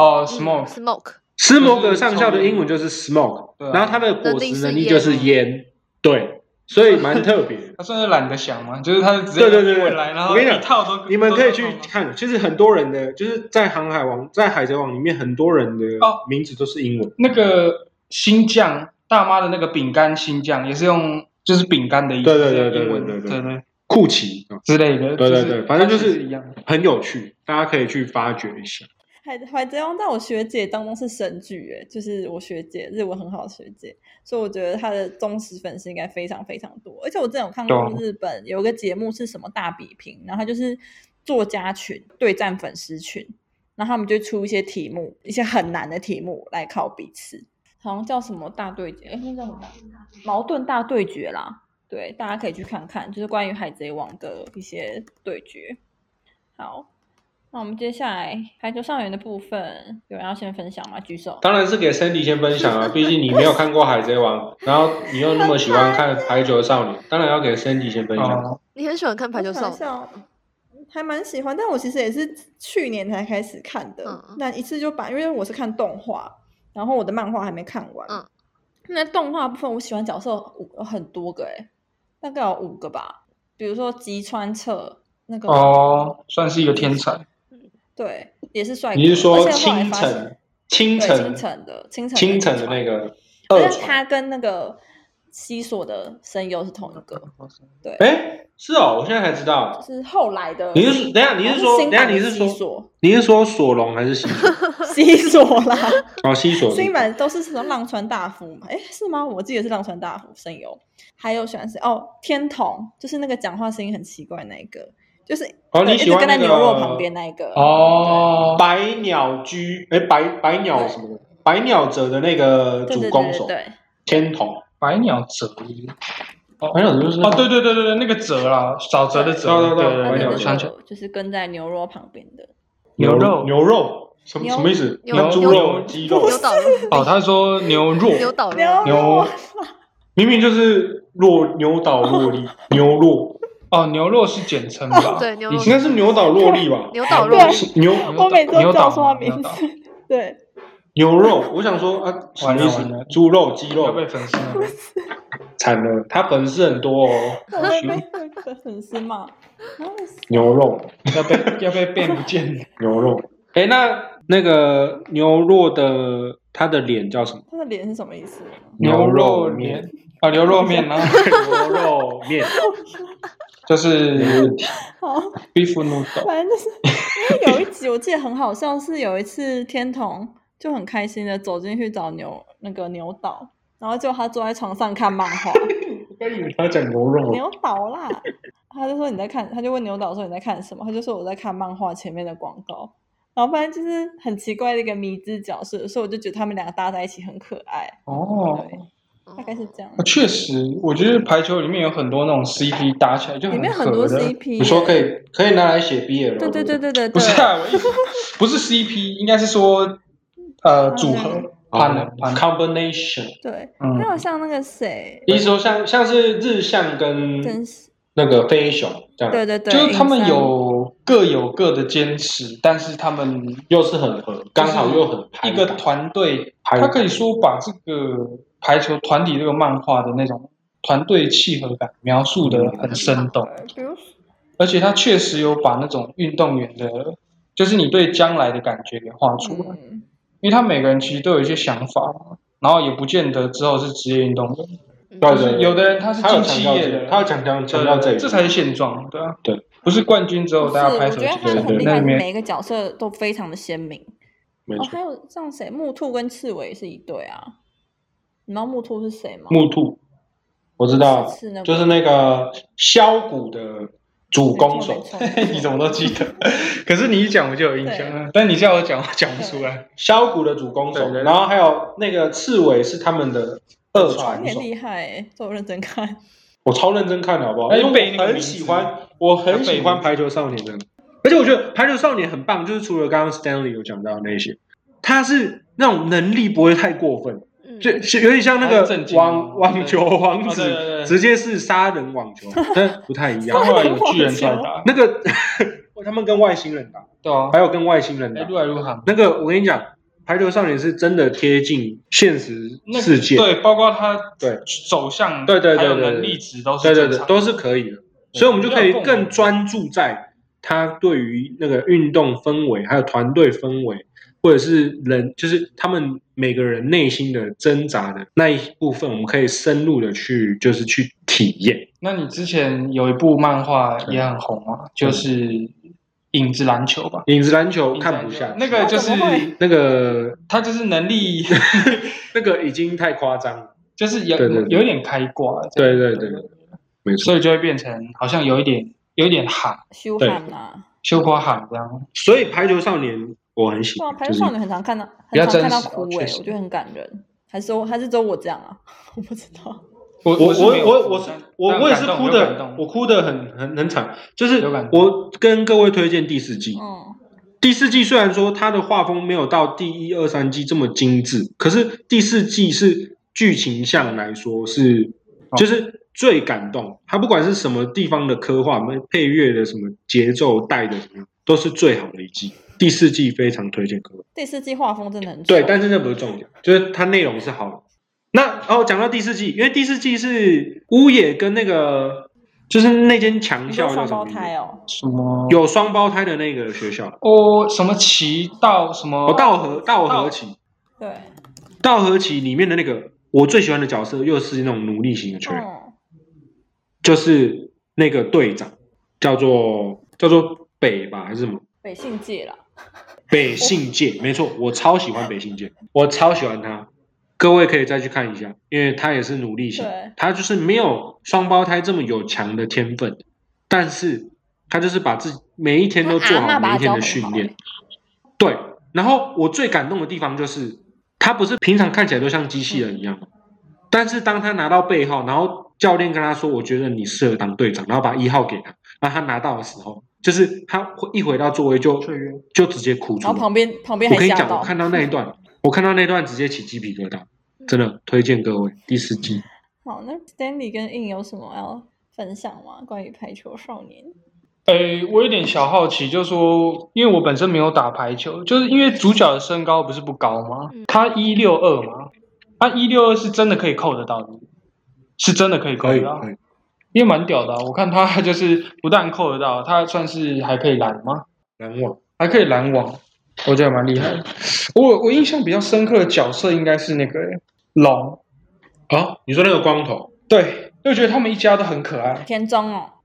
smoke 斯摩格上校的英文就是 smoke， 然后他的果实能力就是烟，对，所以蛮特别。 他算是懒得想嘛，就是他直接对来，然后我跟你讲，你们可以去看， 其实很多人的就是在海贼王里面，很多人的名字都是英文。 那个新将大妈的那个饼干新将也是用。就是饼干的意思，对， 库奇之类的， 对，反正就是很有趣，大家可以去发掘一下。 海贼王在我学姐当中是神剧，就是我学姐日文很好的学姐，所以我觉得她的忠实粉丝应该非常非常多。而且我之前有看过日本有一个节目是什么大比拼，然后他就是作家群对战粉丝群，然后他们就出一些题目，一些很难的题目来考彼此。好像叫什么大对决，那叫什么矛盾大对决啦。对，大家可以去看看，就是关于海贼王的一些对决。好，那我们接下来排球少年的部分，有人要先分享吗？举手。 当然是给 Sandy 先分享啊，毕竟你没有看过海贼王，然后你又那么喜欢看排球少年，当然要给 Sandy 先分享。 你很喜欢看排球少年？ 还蛮喜欢，但我其实也是去年才开始看的，那一次就因为我是看动画。然后我的漫画还没看完，那动画部分我喜欢角色有很多个大概有5个吧。比如说吉川彻那个算是一个天才， 对，也是帅哥。 你是说清晨的那个但是他跟那个西索的声优是同一个， 对，是哦，我现在才知道， 是后来的。 你是说索隆还是西索？ 西索啦， 西索。 新版都是什么浪川大辅嘛？是吗？我记得是浪川大辅声优。还有喜欢是天童，就是那个讲话声音很奇怪那一个，就是你喜欢跟在牛肉旁边那一个百鸟百鸟什么的，百鸟者的那个主攻手， 对， 天童。 百鸟者， 百鸟者就是对，那个折啦，沼泽的折，对， 百鸟想起来就是跟在牛肉旁边的牛肉，什么意思？猪肉、鸡肉？ 他说牛肉， 牛， 明明就是牛岛洛丽，牛洛。 牛肉是简称吧？ 对， 应该是牛岛洛丽吧？ 牛岛洛丽， 我每次都叫错名字，对。 牛肉，我想说什么意思？猪肉、鸡肉， 要被粉丝惨了，他粉丝很多被粉丝骂。 牛肉要被变不见牛肉。那个牛肉的他的脸叫什么？ 他的脸是什么意思？ 牛肉面牛肉面啊， 牛肉面， 就是beef noodle。 反正就是因为有一集我记得很好笑，是有一次天童就很开心的走进去找那个牛岛，然后就他坐在床上看漫画。 我刚以为他讲牛肉。 牛岛啦，他就说你在看，他就问牛岛说你在看什么，他就说我在看漫画前面的广告。然后反正就是很奇怪的一个迷之角色，所以我就觉得他们两个搭在一起很可爱。大概是这样。 确实，我觉得排球里面有很多那种 CP 搭起来就很合的。 里面很多 CP， 你说可以拿来写 BL。 对。 不是啊，我意思不是 CP， 应该是说组合 combination。 对，还有像那个谁， 意思说像是日向跟那个飞熊这样。 对， 就是他们各有各的坚持，但是他们又是很合，刚好又很一个团队。他可以说把这个排球团体这个漫画的那种团队契合感描述的很生动，而且他确实有把那种运动员的，就是你对将来的感觉给画出来。因为他每个人其实都有一些想法，然后也不见得之后是职业运动员。 对， 有的人他是进企业的， 他要强调这才是现状，对啊， 对， 不是冠军之后大家拍手。 我觉得他很厉害，每一个角色都非常的鲜明。还有像谁，木兔跟赤尾是一对啊。你知道木兔是谁吗？ 木兔，我知道，就是那个箫鼓的主攻手。 你怎么都记得？可是你一讲我就有印象了，但你叫我讲，我讲不出来。 箫鼓的主攻手，然后还有那个赤尾是他们的二传手。 很厉害这我认真看。 我超认真看的好不好？因为我很喜欢排球少年的。而且我觉得排球少年很棒，就是除了刚刚 Stanley 有讲到的那些，他是那种能力不会太过分，就有点像那个网球王子，直接是杀人网球，但不太一样。 后来有巨人出来打， 那个他们跟外星人打， 对啊， 还有跟外星人打， 路来路行。 那个我跟你讲，排球少年是真的贴近现实世界， 对，包括他走向， 对， 还有能力值都是正常， 都是可以的，所以我们就可以更专注在他对于那个运动氛围，还有团队氛围，或者是人，就是他们每个人内心的挣扎的那一部分，我们可以深入的去体验。 那你之前有一部漫画也很红啊，就是影子篮球吧？ 影子篮球看不下， 那个就是那个他就是能力， 那个已经太夸张了， 就是有一点开挂。 对，没错， 所以就会变成好像有一点喊， 羞喊啊， 羞夸喊这样。 所以排球少年我很喜欢， 排球少年很常看到哭我觉得很感人。还是只有我这样啊？我不知道。 我也是哭的，我哭的很惨。就是我跟各位推荐第4季。第4季虽然说它的画风没有到第1、2、3季这么精致，可是第4季是剧情上来说是就是最感动。它不管是什么地方的刻画，配乐的什么节奏带的什么，都是最好的一季。第4季非常推荐各位。 第4季画风真的很对，但是那不是重点，就是它内容是好的。那讲到第4季，因为第4季是乌野跟那个就是那间强校叫什么？ 双胞胎哦， 什么有双胞胎的那个学校什么旗道什么道和旗。 对， 道和旗里面的那个我最喜欢的角色又是那种努力型的球员，就是那个队长叫做北吧还是什么？ 北信介啦。 北信介，没错，我超喜欢北信介，我超喜欢他。各位可以再去看一下，因为他也是努力型，他就是没有双胞胎这么有强的天分，但是他就是把自己每一天都做好每一天的训练。对，然后我最感动的地方就是他不是平常看起来都像机器人一样，但是当他拿到背号，然后教练跟他说我觉得你适合当队长，然后把1号给他，然后他拿到的时候，就是他一回到座位就直接哭出来， 然后旁边还吓到。 我跟你讲，我看到那一段直接起鸡皮疙瘩，真的推荐各位第4季。 好，那 Stanley 跟 In 有什么要分享吗？关于排球少年？ 我有点小好奇，就是说，因为我本身没有打排球，就是因为主角的身高不是不高吗？他162嘛，他162是真的可以扣得到的，是真的可以扣得到，也蛮屌的啊。我看他就是不但扣得到，他算是还可以拦吗？ 拦网， 还可以拦网，我觉得蛮厉害的。我印象比较深刻的角色应该是那个龙啊，你说那个光头？ 对，就觉得他们一家都很可爱。 田中哦。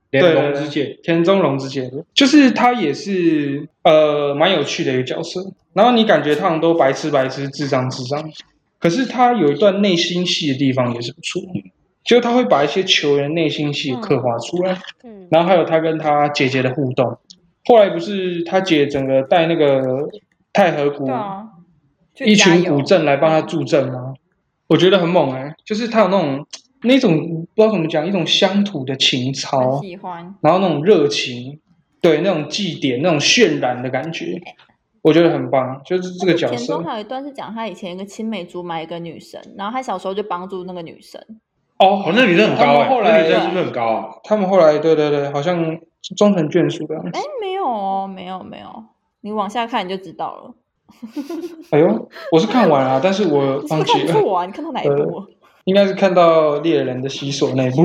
连龙之介， 田中龙之介，就是他也是蛮有趣的一个角色。然后你感觉他好像都白痴白痴、智障智障，可是他有一段内心戏的地方也是不错。就他会把一些球员内心戏刻画出来，然后还有他跟他姐姐的互动。后来不是他姐整个带那个太和谷一群古镇来帮他助阵吗？我觉得很猛就是他有那种不知道怎么讲，一种乡土的情操， 喜欢， 然后那种热情，对那种祭典、那种渲染的感觉，我觉得很棒。就是这个角色。 田中还有一段是讲他以前一个青梅竹马一个女生，然后他小时候就帮助那个女生。 哦，那女生很高后来那女生是不是很高啊？ 他们后来对，好像终成眷属的样子。 没有，你往下看你就知道了。 哎呦，我是看完了，但是我放弃了。 你是看错啊？你看到哪一部？ 应该是看到猎人的西索那一部。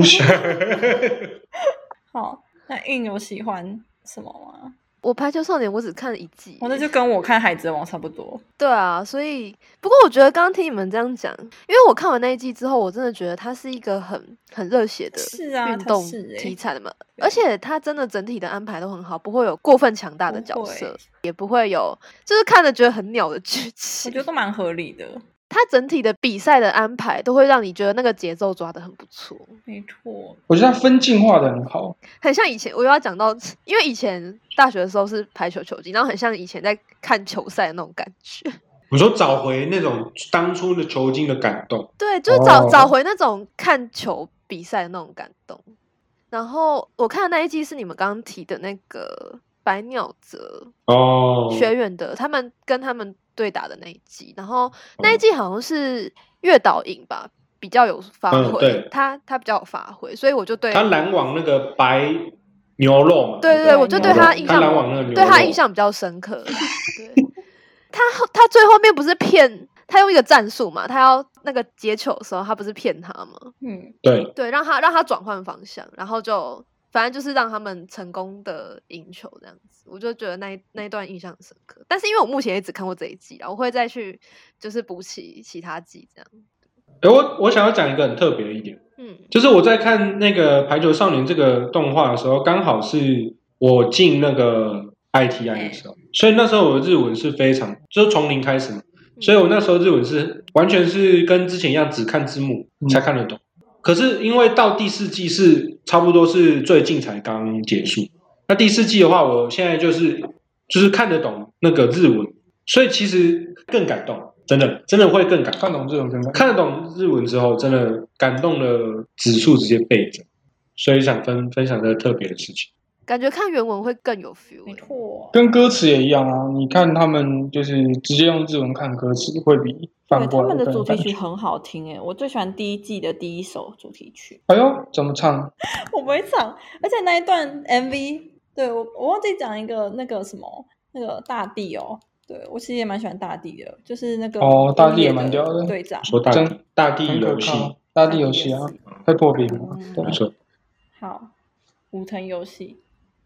好，那印有喜欢什么吗？ 我排球少年我只看了1季， 那就跟我看海贼王差不多。 对啊，所以不过我觉得刚刚听你们这样讲，因为我看完那一季之后，我真的觉得它是一个很热血的运动题材的嘛，而且它真的整体的安排都很好，不会有过分强大的角色，也不会有就是看着觉得很鸟的剧情， 我觉得都蛮合理的。 它整体的比赛的安排都会让你觉得那个节奏抓得很不错。 没错， 我觉得它分镜画的很好， 很像以前我又要讲到，因为以前大学的时候是排球球精，然后很像以前在看球赛的那种感觉。 你说找回那种当初的球精的感动， 对，就是找回那种看球比赛的那种感动。然后我看的那一季是你们刚刚提的那个白鸟泽学院的，他们跟他们对打的那一季，然后那一季好像是月岛影吧，比较有发挥，他比较有发挥，所以我就对他拦网那个白牛肉嘛， 对，我就对他印象，对他印象比较深刻。对，他最后面不是骗他用一个战术嘛，他要那个接球的时候，他不是骗他吗？ 对， 让他转换方向，然后就反正就是让他们成功的赢球这样子，我就觉得那一段印象很深刻。但是因为我目前也只看过这一季啦，我会再去就是补起其他季这样。 我想要讲一个很特别的一点，就是我在看那个《排球少年》这个动画的时候，刚好是我进那个 ITI 的时候，所以那时候我的日文是非常就是从零开始嘛，所以我那时候日文是完全是跟之前一样只看字幕才看得懂。可是因为到第4季是差不多是最近才刚结束，那第4季的话，我现在就是看得懂那个日文，所以其实更感动，真的会更感动。 看懂日文更感动， 看得懂日文之后，真的感动的指数直接倍增，所以想分享这个特别的事情。 感觉看原文会更有 feel， 没错， 跟歌词也一样啊。你看他们就是直接用日文看歌词，会比翻过来他们的主题曲很好听我最喜欢第1季的第1首主题曲。 哎呦，怎么唱？ 我不会唱，而且那一段 MV， 对我忘记讲一个那个什么那个大地对我其实也蛮喜欢大地的，就是那个大地也蛮屌的队长， 说大地游戏， 大地游戏啊，会破冰吗？ 没错。 好，武藤游戏。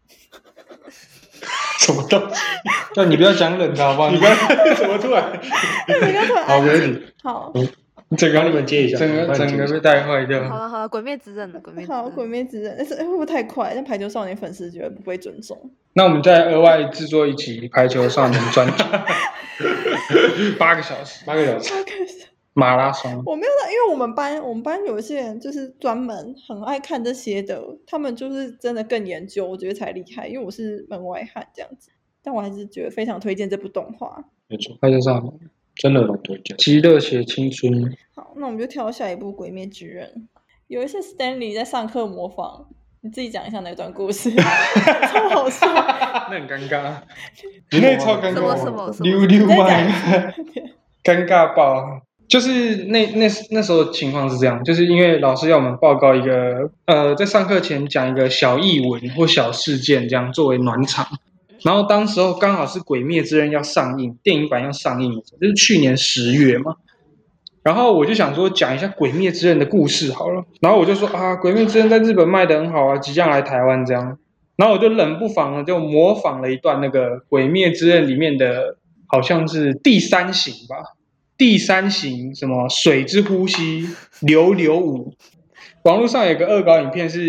什么东西？ 就你不要讲冷的好不好？ 你不要怎么突然？好，没问题。 好， 整个你们接一下， 整个被带坏掉。 好了，鬼灭之刃了， 好，鬼灭之刃，但是会不会太快？让排球少年粉丝觉得不被尊重。 那我们再额外制作一集排球少年专辑，8个小时。马拉松， 我没有因为我们班有一些人就是专门很爱看这些的，他们就是真的更研究，我觉得才厉害。因为我是门外汉这样子，但我还是觉得非常推荐这部动画。 没错，排球少年真的很推荐， 极热血青春。 好，那我们就跳下一部《鬼灭之刃》。有一些 Stanley 在上课模仿，你自己讲一下那段故事，超好笑。 那很尴尬，那超尴尬， 什么溜麦，尴尬爆。就是那时候情况是这样，就是因为老师要我们报告一个在上课前讲一个小译文或小事件，这样作为暖场。然后当时候刚好是《鬼灭之刃》要上映，电影版要上映，就是去年10月嘛。然后我就想说讲一下《鬼灭之刃》的故事好了。然后我就说《鬼灭之刃》在日本卖得很好啊，即将来台湾这样。然后我就冷不防的就模仿了一段那个《鬼灭之刃》里面的，好像是第3型吧。第3型什么水之呼吸流舞，网络上有个恶搞影片是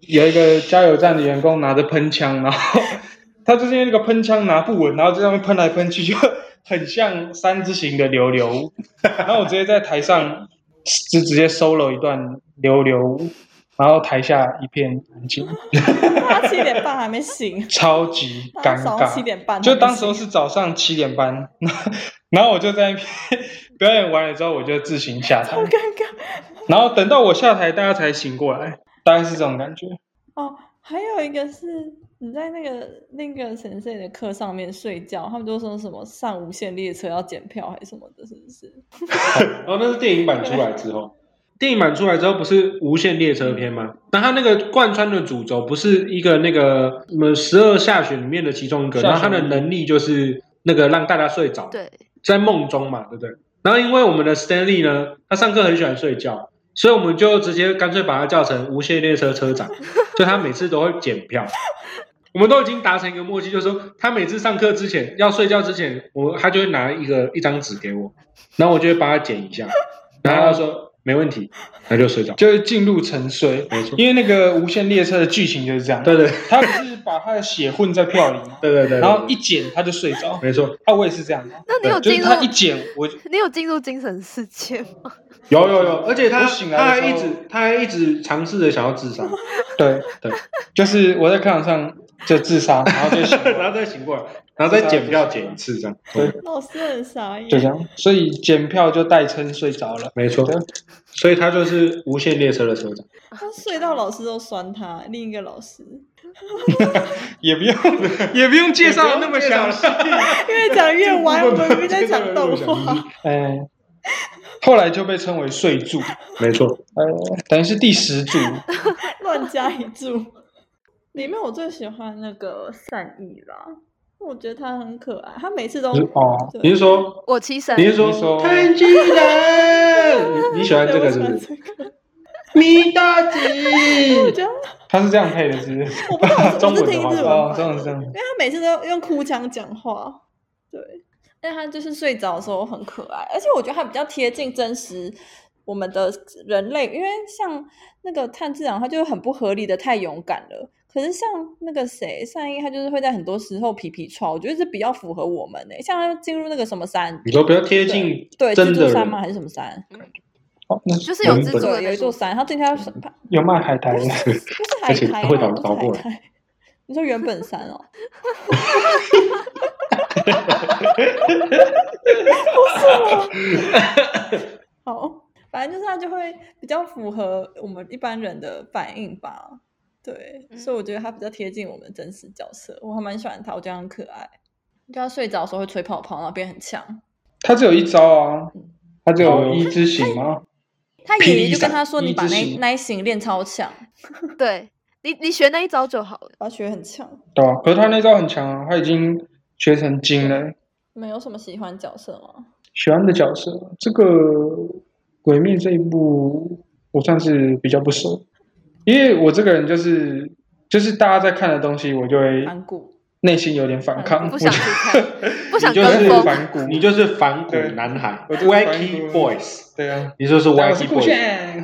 有一个加油站的员工拿着喷枪，然后他就是因为那个喷枪拿不稳，然后在上面喷来喷去，就很像3字形的流流舞。然后我直接在台上就直接 solo 一段流流舞，然后台下一片安静。 他7点半还没醒， 超级尴尬。 7点半， 就当时候是早上7点半，然后我就在那边表演完了之后，我就自行下台。 好尴尬。 然后等到我下台，大家才醒过来，大概是这种感觉。 哦，还有一个是你在那个先生的课上面睡觉，他们都说什么上无限列车要检票还是什么的，是不是？ 哦，那是电影版出来之后。电影版出来之后不是无限列车篇吗？那它那个贯穿的主轴不是一个那个12下选里面的其中一个，然后它的能力就是那个让大家睡着， 对， 在梦中嘛，对不对？然后因为我们的 Stanley 呢，他上课很喜欢睡觉，所以我们就直接干脆把他叫成无限列车车长，就他每次都会检票。我们都已经达成一个默契，就是说他每次上课之前要睡觉之前，他就会拿一张纸给我，然后我就会帮他检一下，然后他说没问题，他就睡着， 就是进入沉睡。没错，因为那个无限列车的剧情就是这样。 对， 他不是把他的血混在票里吗？ 对， 然后一剪他就睡着。 没错， 我也是这样。 那你有进入？ 就是他一剪你有进入精神世界吗？ 有，而且他还一直尝试着想要自杀。 对，就是我在课堂上就自杀，然后就醒过来， 然后再醒过来，然后再检票检一次这样。 对， 老师很傻眼。 就这样，所以检票就代称睡着了。 没错，所以他就是无限列车的车长。 他睡到老师都酸他，另一个老师也不用介绍那么详细， 越讲越歪。我们明明在讲动画。 后来就被称为睡柱。 没错， 等于是第10柱， 乱加一柱。里面我最喜欢那个善意啦，我觉得他很可爱，他每次都你是说我七神？ 你是说太极人？你喜欢这个是不是？米大吉， 我觉得他是这样配的，是不是？ 我不知道，我是听日文这样，因为他每次都用哭腔讲话，对，但他就是睡着的时候很可爱，而且我觉得他比较贴近真实我们的人类，因为像那个炭治郎，他就很不合理的太勇敢了。可是像那个善意，他就是会在很多时候皮皮唰，我觉得是比较符合我们像他进入那个什么山， 你说比较贴近对蜘蛛山吗？还是什么山？ 就是有蜘蛛有一座山，他今天有卖海苔， 不是海苔， 会倒过来。 你说原本山哦？不是吗？好，反正就是他就会比较符合我们一般人的反应吧。对，所以我觉得他比较贴近我们真实角色，我还蛮喜欢他，我觉得他很可爱。就他睡着的时候会吹泡泡，然后变很强。 他只有一招啊，他只有一之型吗？ 他爷爷就跟他说：“你把那一型练超强。” 对，你学那一招就好了， 他学很强。 对啊，可是他那招很强啊，他已经学成精了。 你们有什么喜欢角色吗？ 喜欢的角色，这个《鬼灭》这一部我算是比较不熟，因为我这个人就是大家在看的东西，我就会内心有点反抗， 不想去看，不想跟风。 你就是反骨男孩 ，Wacky Boys。 对啊， 你说是 Wacky Boys。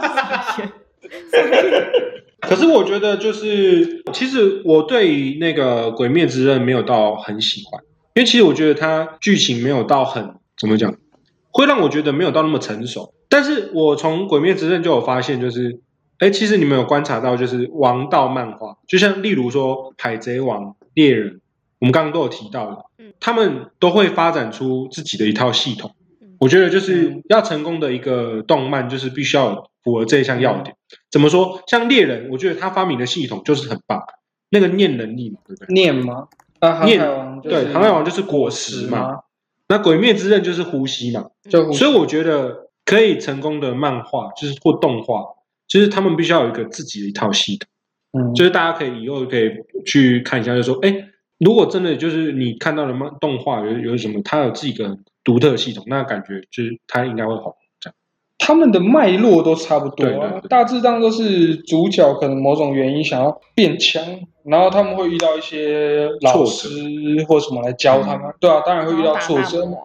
可是我觉得其实我对于那个《鬼灭之刃》没有到很喜欢，因为其实我觉得它剧情没有到很怎么讲，会让我觉得没有到那么成熟。但是我从《鬼灭之刃》就有发现，其实你们有观察到，就是王道漫画，就像例如说《海贼王》《猎人》，我们刚刚都有提到的，他们都会发展出自己的一套系统。我觉得就是要成功的一个动漫，就是必须要符合这一项要点。怎么说？像猎人，我觉得他发明的系统就是很棒，那个念能力嘛，对不对？ 念吗？ 念，对，航海王就是果实嘛。那鬼灭之刃就是呼吸嘛，所以我觉得可以成功的漫画就是或动画，就是他们必须要有一个自己的一套系统。就是大家可以以后可以去看一下，就说，如果真的就是你看到的动画有什么，它有自己的独特系统，那感觉就是它应该会红。这样， 他们的脉络都差不多啊， 对， 大致上都是主角可能某种原因想要变强，然后他们会遇到一些老师或什么来教他们。对啊，当然会遇到挫折。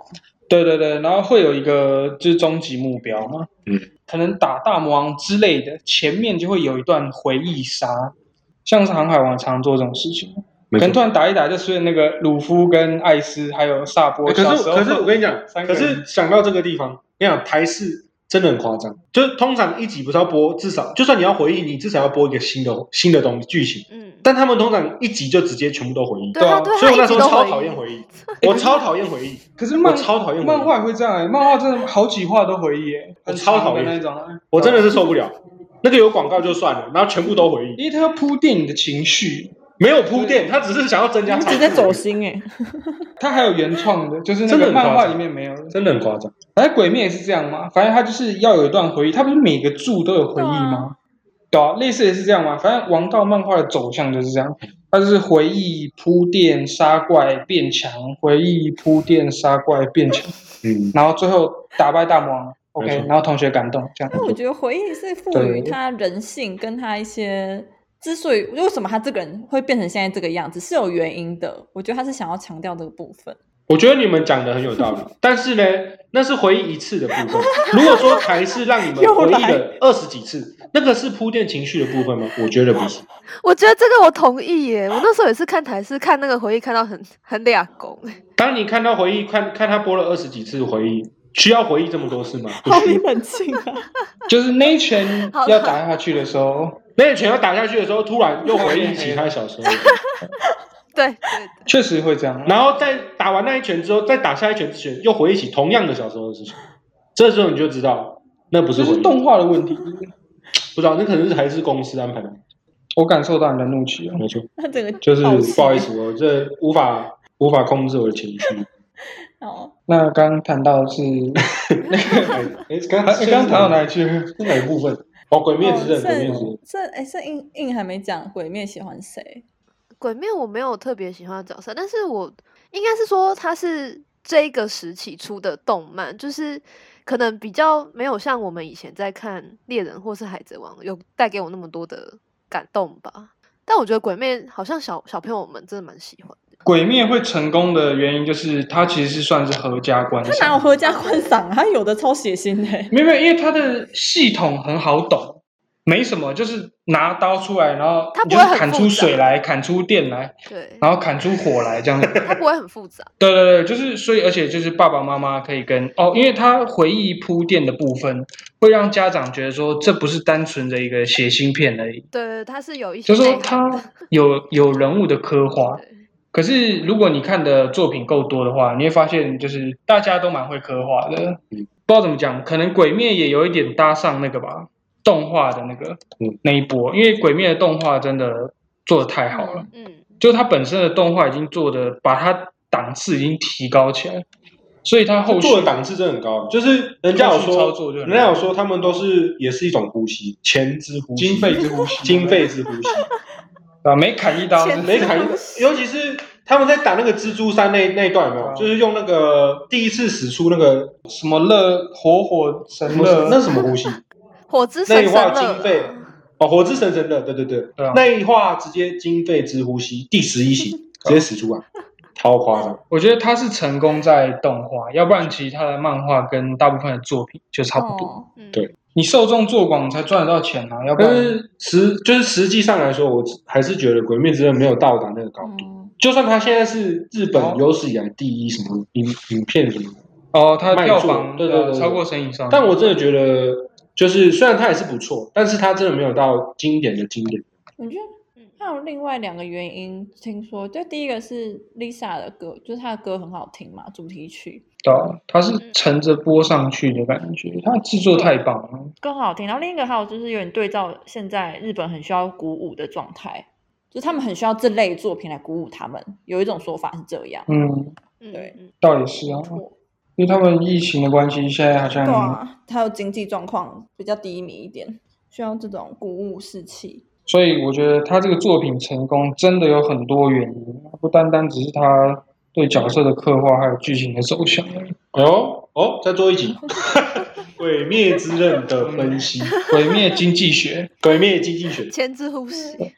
对对对，然后会有一个就是终极目标嘛，可能打大魔王之类的，前面就会有一段回忆杀，像是航海王常做这种事情，可能突然打一打就出现那个鲁夫跟艾斯还有萨波。 可是我跟你讲，可是想到这个地方，跟你讲台式真的很夸张，就是通常一集不是要播至少，就算你要回忆，你至少要播一个新的东西剧情。但他们通常一集就直接全部都回忆。 对啊， 所以我那时候超讨厌回忆，我超讨厌回忆。 可是我超讨厌漫画也会这样漫画真的好几话都回忆我超讨厌那种我真的是受不了。那个有广告就算了，然后全部都回忆， 因为他要铺垫你的情绪。 没有铺垫，他只是想要增加。 直接走心他还有原创的，就是那个漫画里面没有的， 真的很夸张。 反正鬼灭也是这样嘛，反正他就是要有一段回忆，他不是每个柱都有回忆吗？对啊，类似也是这样嘛。反正王道漫画的走向就是这样，他就是回忆铺垫杀怪变强，回忆铺垫杀怪变强，然后最后打败大魔王 ，OK， 然后同学感动这样。 那我觉得回忆是赋予他人性跟他一些。之所以为什么他这个人会变成现在这个样子是有原因的，我觉得他是想要强调这个部分。 我觉得你们讲的很有道理，但是呢，那是回忆一次的部分。如果说台是让你们回忆了20几次，那个是铺垫情绪的部分吗？我觉得不是。 我觉得这个我同意耶。我那时候也是看台是看那个回忆，看到很俩公。 当你看到回忆，看他播了20几次回忆，需要回忆这么多次吗？ 好冷静啊！ 就是那一拳要打下去的时候。 那一拳要打下去的时候，突然又回忆起他小时候。 对， 确实会这样。 然后在打完那一拳之后，再打下一拳之前，又回忆起同样的小时候的事情。这时候你就知道，那不是回忆， 是动画的问题。 不知道，那可能是还是公司安排的。 我感受到你的怒气了。 没错， 那整个就是不好意思，我这无法控制我的情绪。 那刚刚谈到的是那个，刚谈到哪里去？是哪一部分？鬼灭之刃，鬼灭之刃。 这硬还没讲，鬼灭喜欢谁？ 鬼灭我没有特别喜欢的角色，但是我应该是说他是这个时期出的动漫，就是可能比较没有像我们以前在看猎人或是海贼王有带给我那么多的感动吧。但我觉得鬼灭好像小朋友们真的蛮喜欢的。 鬼灭会成功的原因就是它其实是算是合家观赏。 它哪有合家观赏？它有的超血腥的。 没有，因为它的系统很好懂，没什么，就是拿刀出来，然后你就砍出水来，砍出电来， 对， 然后砍出火来，这样子。 它不会很复杂。 对对对，就是所以，而且就是爸爸妈妈可以跟因为他回忆铺垫的部分，会让家长觉得说这不是单纯的一个血腥片而已。 对，它是有一些， 就是说它有人物的刻画。可是如果你看的作品够多的话，你会发现就是大家都蛮会刻画的。不知道怎么讲，可能鬼灭也有一点搭上那个吧，动画的那一波，因为鬼灭的动画真的做得太好了。就它本身的动画已经做的把它档次已经提高起来，所以它后续做的档次真的很高。就是人家有说他们都是也是一种呼吸，钱之呼吸， 经费之呼吸， 经费之呼吸。 每砍一刀， 尤其是他们在打那个蜘蛛山那一段有没有？就是用那个第一次使出那个什么火神热， 那是什么呼吸？ 火之神神热。 那一话经费火之神神热，对，那一话直接经费之呼吸第11型直接使出来，超夸张。 我觉得他是成功在动画，要不然其他的漫画跟大部分的作品就差不多。 对。 你受众做广才赚得到钱啊，要不然就是实际上来说，我还是觉得《鬼灭之刃》没有到达那个高度。就算他现在是日本有史以来第一什么影片什么他票房对超过《神隐少女》， 但我真的觉得，就是虽然他也是不错，但是他真的没有到经典的经典。 我觉得还有另外2个原因，听说就第一个是 Lisa 的歌，就是她的歌很好听嘛，主题曲。 对，它是乘着播上去的感觉，它制作太棒了， 更好听。然后另一个还有就是有点对照现在日本很需要鼓舞的状态，就是他们很需要这类作品来鼓舞他们。有一种说法是这样，对， 倒也是啊，因为他们疫情的关系，现在好像对啊，还有经济状况比较低迷一点，需要这种鼓舞士气。 所以我觉得他这个作品成功真的有很多原因，不单单只是他对角色的刻画还有剧情的走向。 再做一集鬼灭之刃的分析， 鬼灭经济学， 前之呼吸。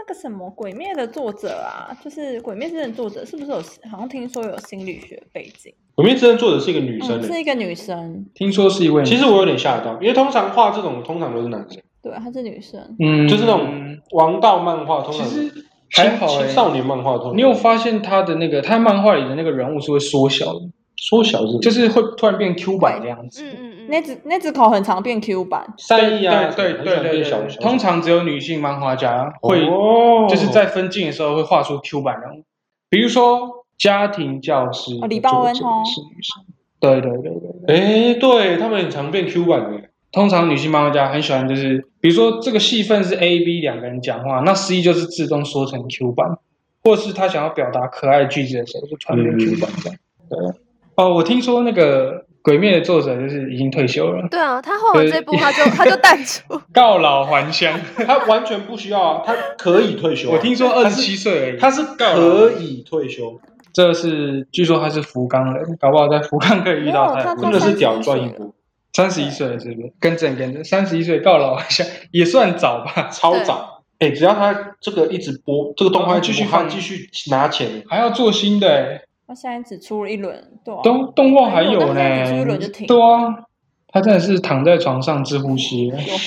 那个什么《鬼灭》的作者啊，就是《鬼灭之刃》作者，是不是好像听说有心理学背景？ 《鬼灭之刃》作者是一个女生， 是一个女生。 听说是一位女生。 其实我有点吓到，因为通常画这种通常都是男生。 对，她是女生。 就是那种王道漫画，通常其实还好青少年漫画通常。 你有发现他的那个他漫画里的那个人物是会缩小的？ 缩小就是会突然变 Q 版的样子。 那只口很长变 Q 版。 善意啊， 对，通常只有女性漫画家会，就是在分镜的时候会画出 Q 版人物，比如说家庭教师李豹恩是女生。对， 对他们很常变 Q 版的。 通常女性漫画家很喜欢，就是比如说这个戏份是 A、B 两个人讲话，那 C 就是自动缩成 Q 版，或是他想要表达可爱的句子的时候就突然变 Q 版这样。对。我听说那个《鬼灭》的作者就是已经退休了。 对啊，他画完这部他就淡出， 告老还乡。 他完全不需要啊，他可以退休。 我听说27岁而已， 他是可以退休。 这是据说他是福冈人，搞不好在福冈可以遇到他， 真的是屌赚一波。 31岁了，是不是？跟着31岁告老还乡也算早吧， 超早。只要他这个一直播，这个动画继续放，继续拿钱， 还要做新的他现在只出了一轮，对啊， 动画还有呢， 出一轮就停。 对啊，他真的是躺在床上直呼吸。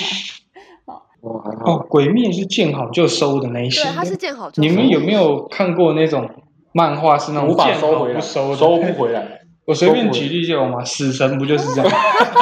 鬼灭是见好就收的那一些， 对，他是见好就收。 你们有没有看过那种漫画是那种见好不收的？ 收不回来。 我随便举例就有嘛，死神不就是这样？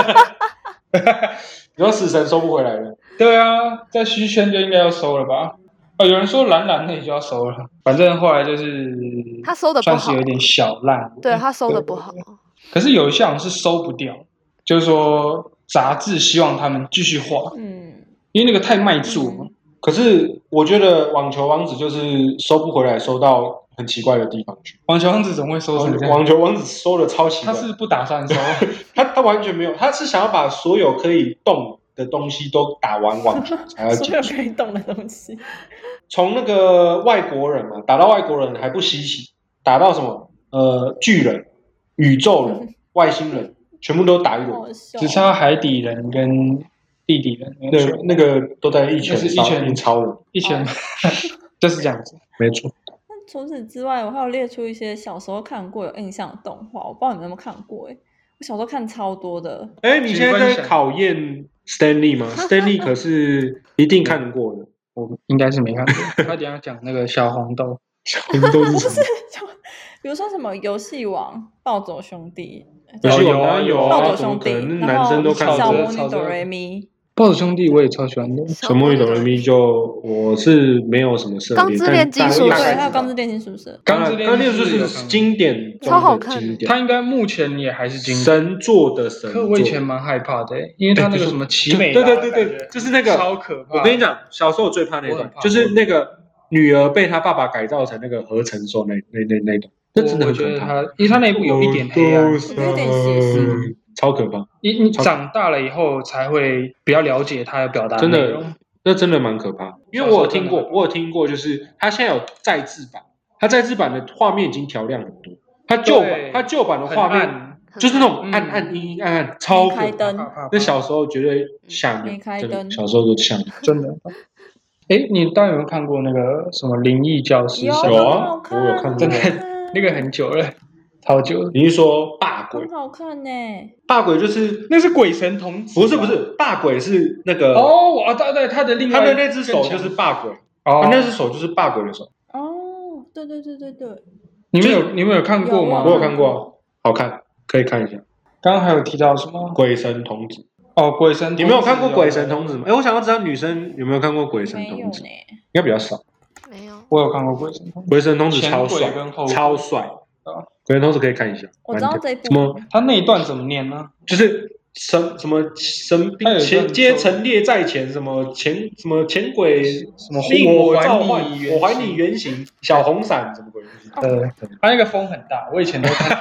你说死神收不回来了？ 对啊，在虚圈就应该要收了吧？有人说蓝那也就要收了，反正后来就是他收的不好， 算是有点小烂。 对，他收的不好。 可是有一项是收不掉，就是说杂志希望他们继续画，因为那个太卖座了。 可是我觉得网球王子就是收不回来，收到很奇怪的地方去。 网球王子怎么会收成这样？ 网球王子收的超奇怪， 他是不打算收， 他完全没有，他是想要把所有可以动的东西都打完网球才要结束。 所有可以动的东西， 从那个外国人嘛，打到外国人还不稀奇，打到什么巨人、宇宙人、外星人，全部都打一轮， 只差海底人跟地底人。 对，那个都在一拳超人， 一拳就是这样子， 没错。 那除此之外，我还有列出一些小时候看过有印象的动画，我不知道你们有没有看过我小时候看超多的。 你现在在考验 Stanley 吗？Stanley 可是一定看过的。 我应该是没看过。他等一下讲那个小红豆， 小红豆是什么？ 比如说什么游戏王、暴走兄弟， 有暴走兄弟， 男生都看过。 小魔女哆瑞咪。 暴走兄弟我也超喜欢的， 小魔女哆瑞咪就我是没有什么涉猎。 钢之炼金术士，还有钢之炼金术士。 钢之炼金术士是经典， 超好看。 他应该目前也还是经典神作的神作。 可我以前蛮害怕的，因为他那个什么奇美， 对，就是那个超可怕。 我跟你讲，小时候我最怕那段，就是那个女儿被他爸爸改造成那个合成兽那种，那真的很可怕。 因为他那一部有一点黑暗， 有点血腥。 超可怕！ 你长大了以后才会比较了解他要表达的内容， 那真的蛮可怕。因为我有听过，就是他现在有再制版，他再制版的画面已经调亮很多。他旧版的画面就是那种暗阴暗，超可怕。那小时候绝对吓人，真的，小时候都吓人， 真的。你当然有没有看过那个什么灵异教师？ 有啊，我有看过， 真的那个很久了。超久， 你是说霸鬼？ 很好看呢。 霸鬼就是那是鬼神童子， 不是霸鬼是那个对，他的那只手就是霸鬼他那只手就是霸鬼的手。 对。 你们有看过吗？ 我有看过，好看，可以看一下。 刚刚还有提到什么鬼神童子？ 鬼神童子， 你没有看过鬼神童子吗？我想要知道女生有没有看过鬼神童子？应该比较少。 没有， 我有看过鬼神童子。 鬼神童子超帅，超帅。鬼神童子可以看一下。 我知道这一部。 什么？他那一段怎么念呢？ 就是什么神兵皆陈列在前，什么前鬼，什么令我召唤，我还你原形，小红伞什么鬼东西？ 他那个风很大，我以前都看。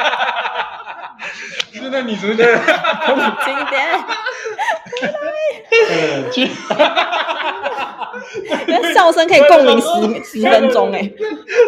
真的，你觉得很经典？那笑声可以共鸣10分钟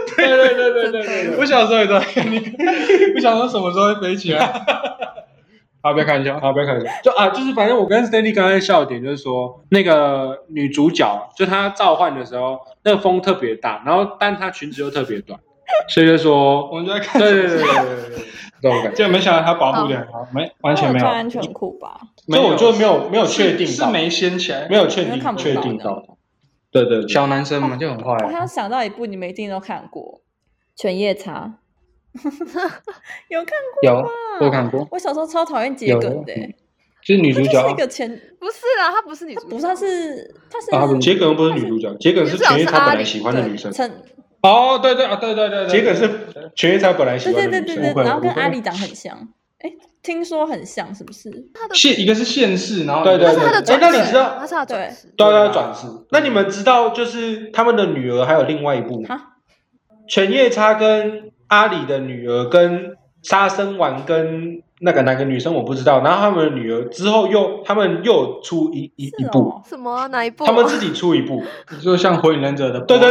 对，我小时候也在看那个，我想说什么时候会飞起来。 好，不要开玩笑， 好，不要开玩笑。就是反正我跟 Stanley 刚才笑的点就是说，那个女主角就她召唤的时候，那个风特别大，然后但她裙子又特别短，所以就说我们就在看， 对，这种感觉。 就没想到他保护的很好，完全没有穿安全裤吧？ 所以我就没有确定到， 是没掀起来， 没有确定到。对， 小男生嘛就很坏。 我好像想到一部你们一定都看过，《犬夜叉》。有看过吗？ 有，我看过。 我小时候超讨厌桔梗的， 就是女主角。 她就是一个不是啊，她不是女主角， 不是，她是桔梗不是女主角，桔梗是犬夜叉本来喜欢的女生。 哦，对， 桔梗是犬夜叉本来喜欢的女生。 对，然后跟阿里长很像。听说很像，是不是？ 一个是现世，然后对， 那你知道他是他转世， 对，他转世。那你们知道就是他们的女儿还有另外一部犬夜叉跟阿里的女儿跟杀生丸跟那个哪个女生我不知道，然后他们的女儿之后他们又出一部什么哪一部？ 他们自己出一部， 你说像火影忍者的对，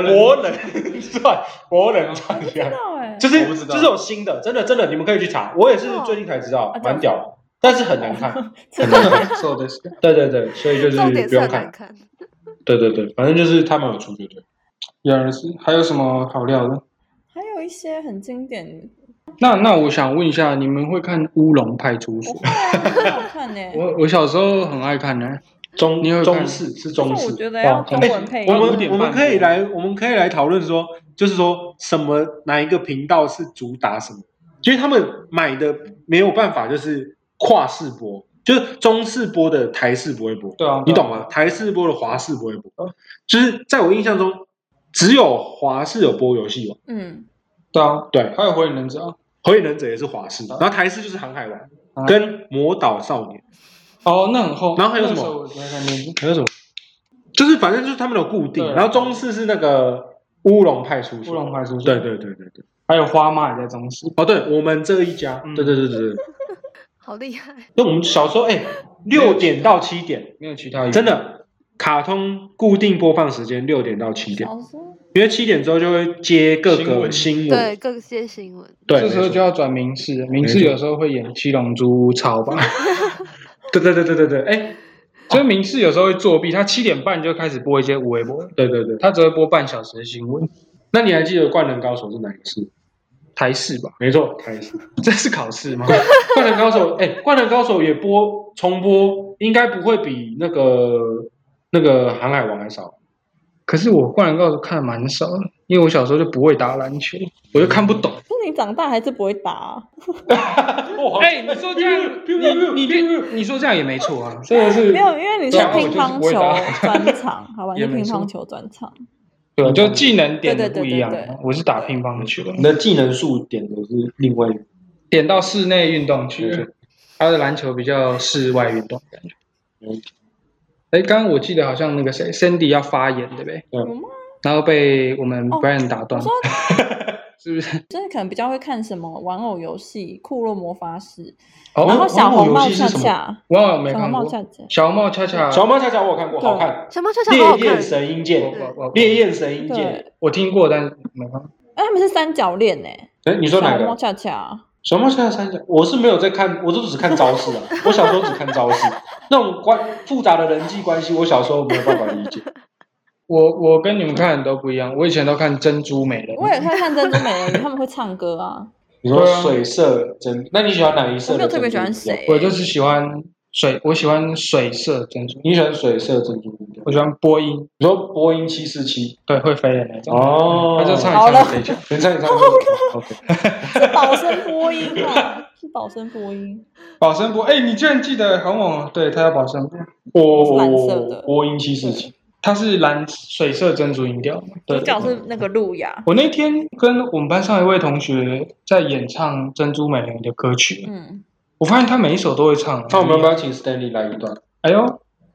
博人传一样，就是有新的，真的你们可以去查，我也是最近才知道，蛮屌的，但是很难看，很难看，对，所以就是不用看，对，反正就是他们有出就对。 还有什么好料的？ 还有一些很经典的。 那我想问一下，你们会看《乌龙派出所》？ 很好看呢。 我小时候很爱看呢。 中式， 我觉得要中文配音。 我们可以来讨论说，就是说哪一个频道是主打什么？因为他们买的没有办法，就是跨视播，就是中视播的台视不会播。 对啊， 你懂吗？台视播的华视不会播。就是在我印象中，只有华视有播游戏王。对， 还有火影忍者啊。 火影忍者也是华视，然后台视就是航海王跟魔导少年。 那很厚。 然后还有什么？就是反正就是他们有固定，然后中视是那个乌龙派出所。对。 还有花妈也在中视。 对，我们这一家。对。 好厉害！ 那我们小时候6点到7点没有其他， 真的卡通固定播放时间6点到7点。因为7点之后就会接各个新闻， 对，各些新闻。 对，这时候就要转民视，民视有时候会演七龙珠超吧。 对。 所以民视有时候会作弊，他7点半就开始播一些微博。 对， 他只会播半小时的新闻。 那你还记得《灌篮高手》是哪个市？ 台视吧？ 没错，台视。 这是考试吗？ 灌篮高手，灌篮高手也重播，应该不会比那个航海王还少。 可是我灌篮高手看的蛮少的，因为我小时候就不会打篮球，我就看不懂。 那你长大还是不会打啊？ 你说这样，你说这样也没错啊， 真的是没有，因为你是乒乓球专场，好吧？你是乒乓球专场。 对，就技能点的不一样。我是打乒乓球， 你的技能数点的是另外点到室内运动去，他的篮球比较室外运动感觉。刚刚我记得好像那个谁 ，Sandy 要发言，对不对？然后被我们 Brian 打断，是不是？ 真的可能比较会看什么玩偶游戏、库洛魔法使， 然后小红帽恰恰， 玩偶没看过。小红帽恰恰我有看过，好看。 小红帽恰恰好看。 烈焰神鹰剑，烈焰神鹰剑， 我听过，但是没看过。 他们是三角恋呢。 你说哪个？ 小红帽恰恰。 小红帽恰恰三角，我是没有在看，我都只看招式啊。我小时候只看招式，那种复杂的人际关系，我小时候没有办法理解。 我跟你们看的都不一样，我以前都看珍珠美人鱼。 我也会看珍珠美人鱼，他们会唱歌啊。 你说水色珍，那你喜欢哪一色？ 我没有特别喜欢谁， 我就是喜欢我喜欢水色珍珠。 你喜欢水色珍珠？ 我喜欢波音。 你说波音747， 对，会飞的那种。 他就唱一唱飞起来， 唱一唱。OK。 是保生波音啊，是保生波音。 保生波，你居然记得很猛！对，它叫保生波。蓝色的波音747。 它是水色珍珠音调， 主角是那个路亚。 我那天跟我们班上一位同学在演唱《珍珠美人鱼》的歌曲，我发现他每一首都会唱。 那我们要不要请 Stanley 来一段？ 哎呦，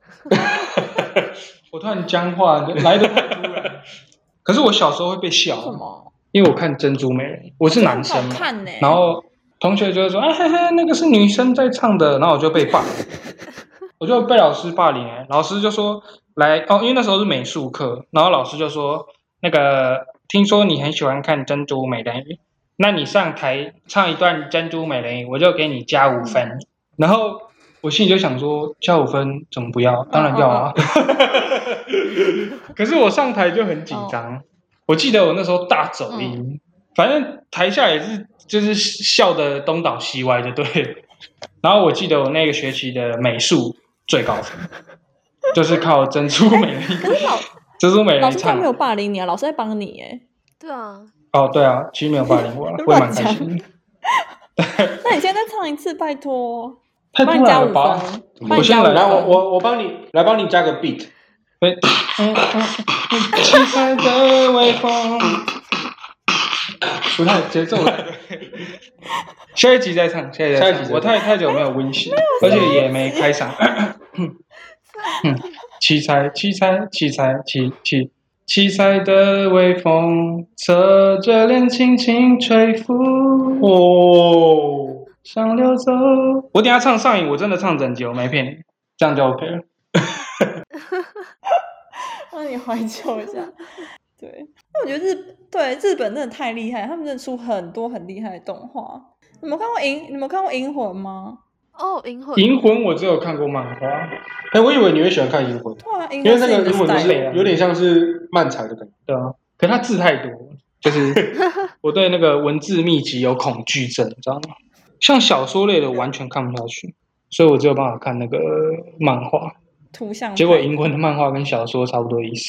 我突然僵化，来得太突然。可是我小时候会被笑， 什么？ 因为我看《珍珠美人鱼》，我是男生嘛，然后同学就会说：“那个是女生在唱的。”然后我就被霸凌，我就被老师霸凌。老师就说。因为那时候是美术课，然后老师就说：“那个，听说你很喜欢看《珍珠美人鱼》，那你上台唱一段《珍珠美人鱼》，我就给你加5分。” 然后我心里就想说，加5分怎么不要？当然要啊！可是我上台就很紧张，我记得我那时候大走音，反正台下也是就是笑得东倒西歪就对了。然后我记得我那个学期的美术最高分，就是靠珍珠美人。珍珠美人老师没有霸凌你啊，老师在帮你哎。 对啊。 哦，对啊，其实没有霸凌我，我也蛮开心的。 那你现在再唱一次，拜托。 太突然了吧！ 我先来，我帮你加个 beat。七彩的微风， 不太节奏了。下一集再唱，下一集。我太久没有温习，而且也没开嗓。七彩的微风，侧着脸轻轻吹拂。哦，想溜走。我等一下唱上瘾，我真的唱整集，我没骗你，这样就 OK 了。 让你怀旧一下。对，因为我觉得日本真的太厉害，他们真的出很多很厉害的动画。你们看过银魂吗？ 哦， 银魂我只有看过漫画。 我以为你会喜欢看银魂。 对啊， 因为那个银魂就是有点像是漫才的感觉。 对啊，可它字太多，就是我对那个文字密集有恐惧症，你知道吗？像小说类的完全看不下去，所以我只有办法看那个漫画。 图像。 结果银魂的漫画跟小说差不多意思。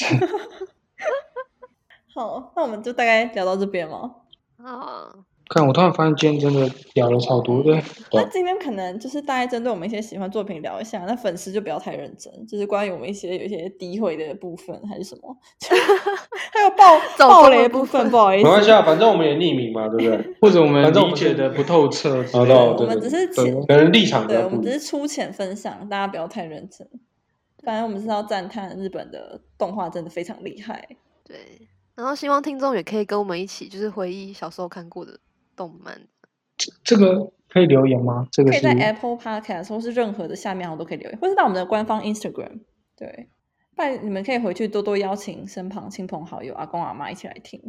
好，那我们就大概聊到这边吗？ 看，我突然发现今天真的聊了超多的。 那今天可能就是大概针对我们一些喜欢作品聊一下，那粉丝就不要太认真，就是关于我们有一些诋毁的部分还是什么，还有爆雷的部分，不好意思。 没关系啊，反正我们也匿名嘛，对不对？ 或者我们理解的不透彻， 我们只是可能立场对，我们只是粗浅分享，大家不要太认真。反正我们是要赞叹日本的动画真的非常厉害。 对，然后希望听众也可以跟我们一起，就是回忆小时候看过的动漫。 这个可以留言吗？这个可以在 Apple Podcast 或是任何的下面都可以留言，或是到我们的官方 Instagram。对，你们可以回去多多邀请身旁亲朋好友、阿公阿妈一起来听。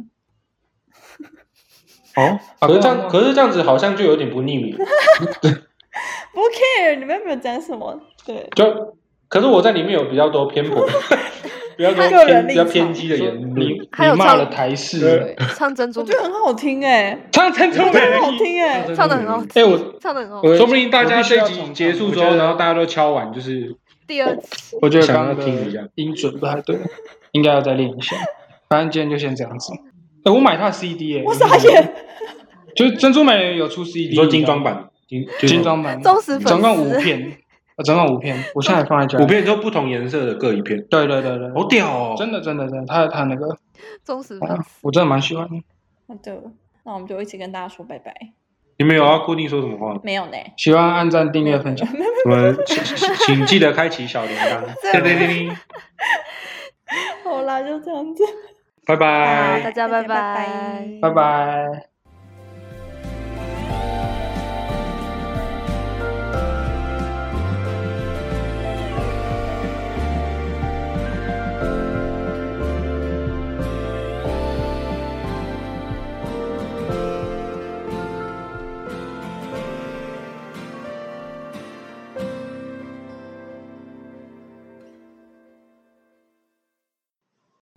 哦，可是这样子好像就有点不匿名。 不 care， 你们有没有讲什么？对， 可是我在里面有比较多偏颇。比较偏激的言论， 你骂了台式， 唱珍珠， 我觉得很好听唱珍珠美人很好听唱得很好听。我唱得很好， 说不定大家这集结束之后，然后大家都敲完，就是第二次。 我觉得刚刚的音准不太对，应该要再练一下。反正今天就先这样子。我买他的 CD 我傻眼。 就是珍珠美人有出 CD， 你说精装版， 精装版， 忠实粉丝， 总共5片。总共5片，我现在放在家。 5片都不同颜色的各1片。 对， 好屌哦！ 真的，他那个忠实粉丝， 我真的蛮喜欢的。 好的，那我们就一起跟大家说拜拜。 你们有要固定说什么话？ 没有呢。 喜欢按赞、订阅、分享。 我们请记得开启小铃铛。对。 好啦，就这样子。 拜拜。 大家拜拜。 拜拜。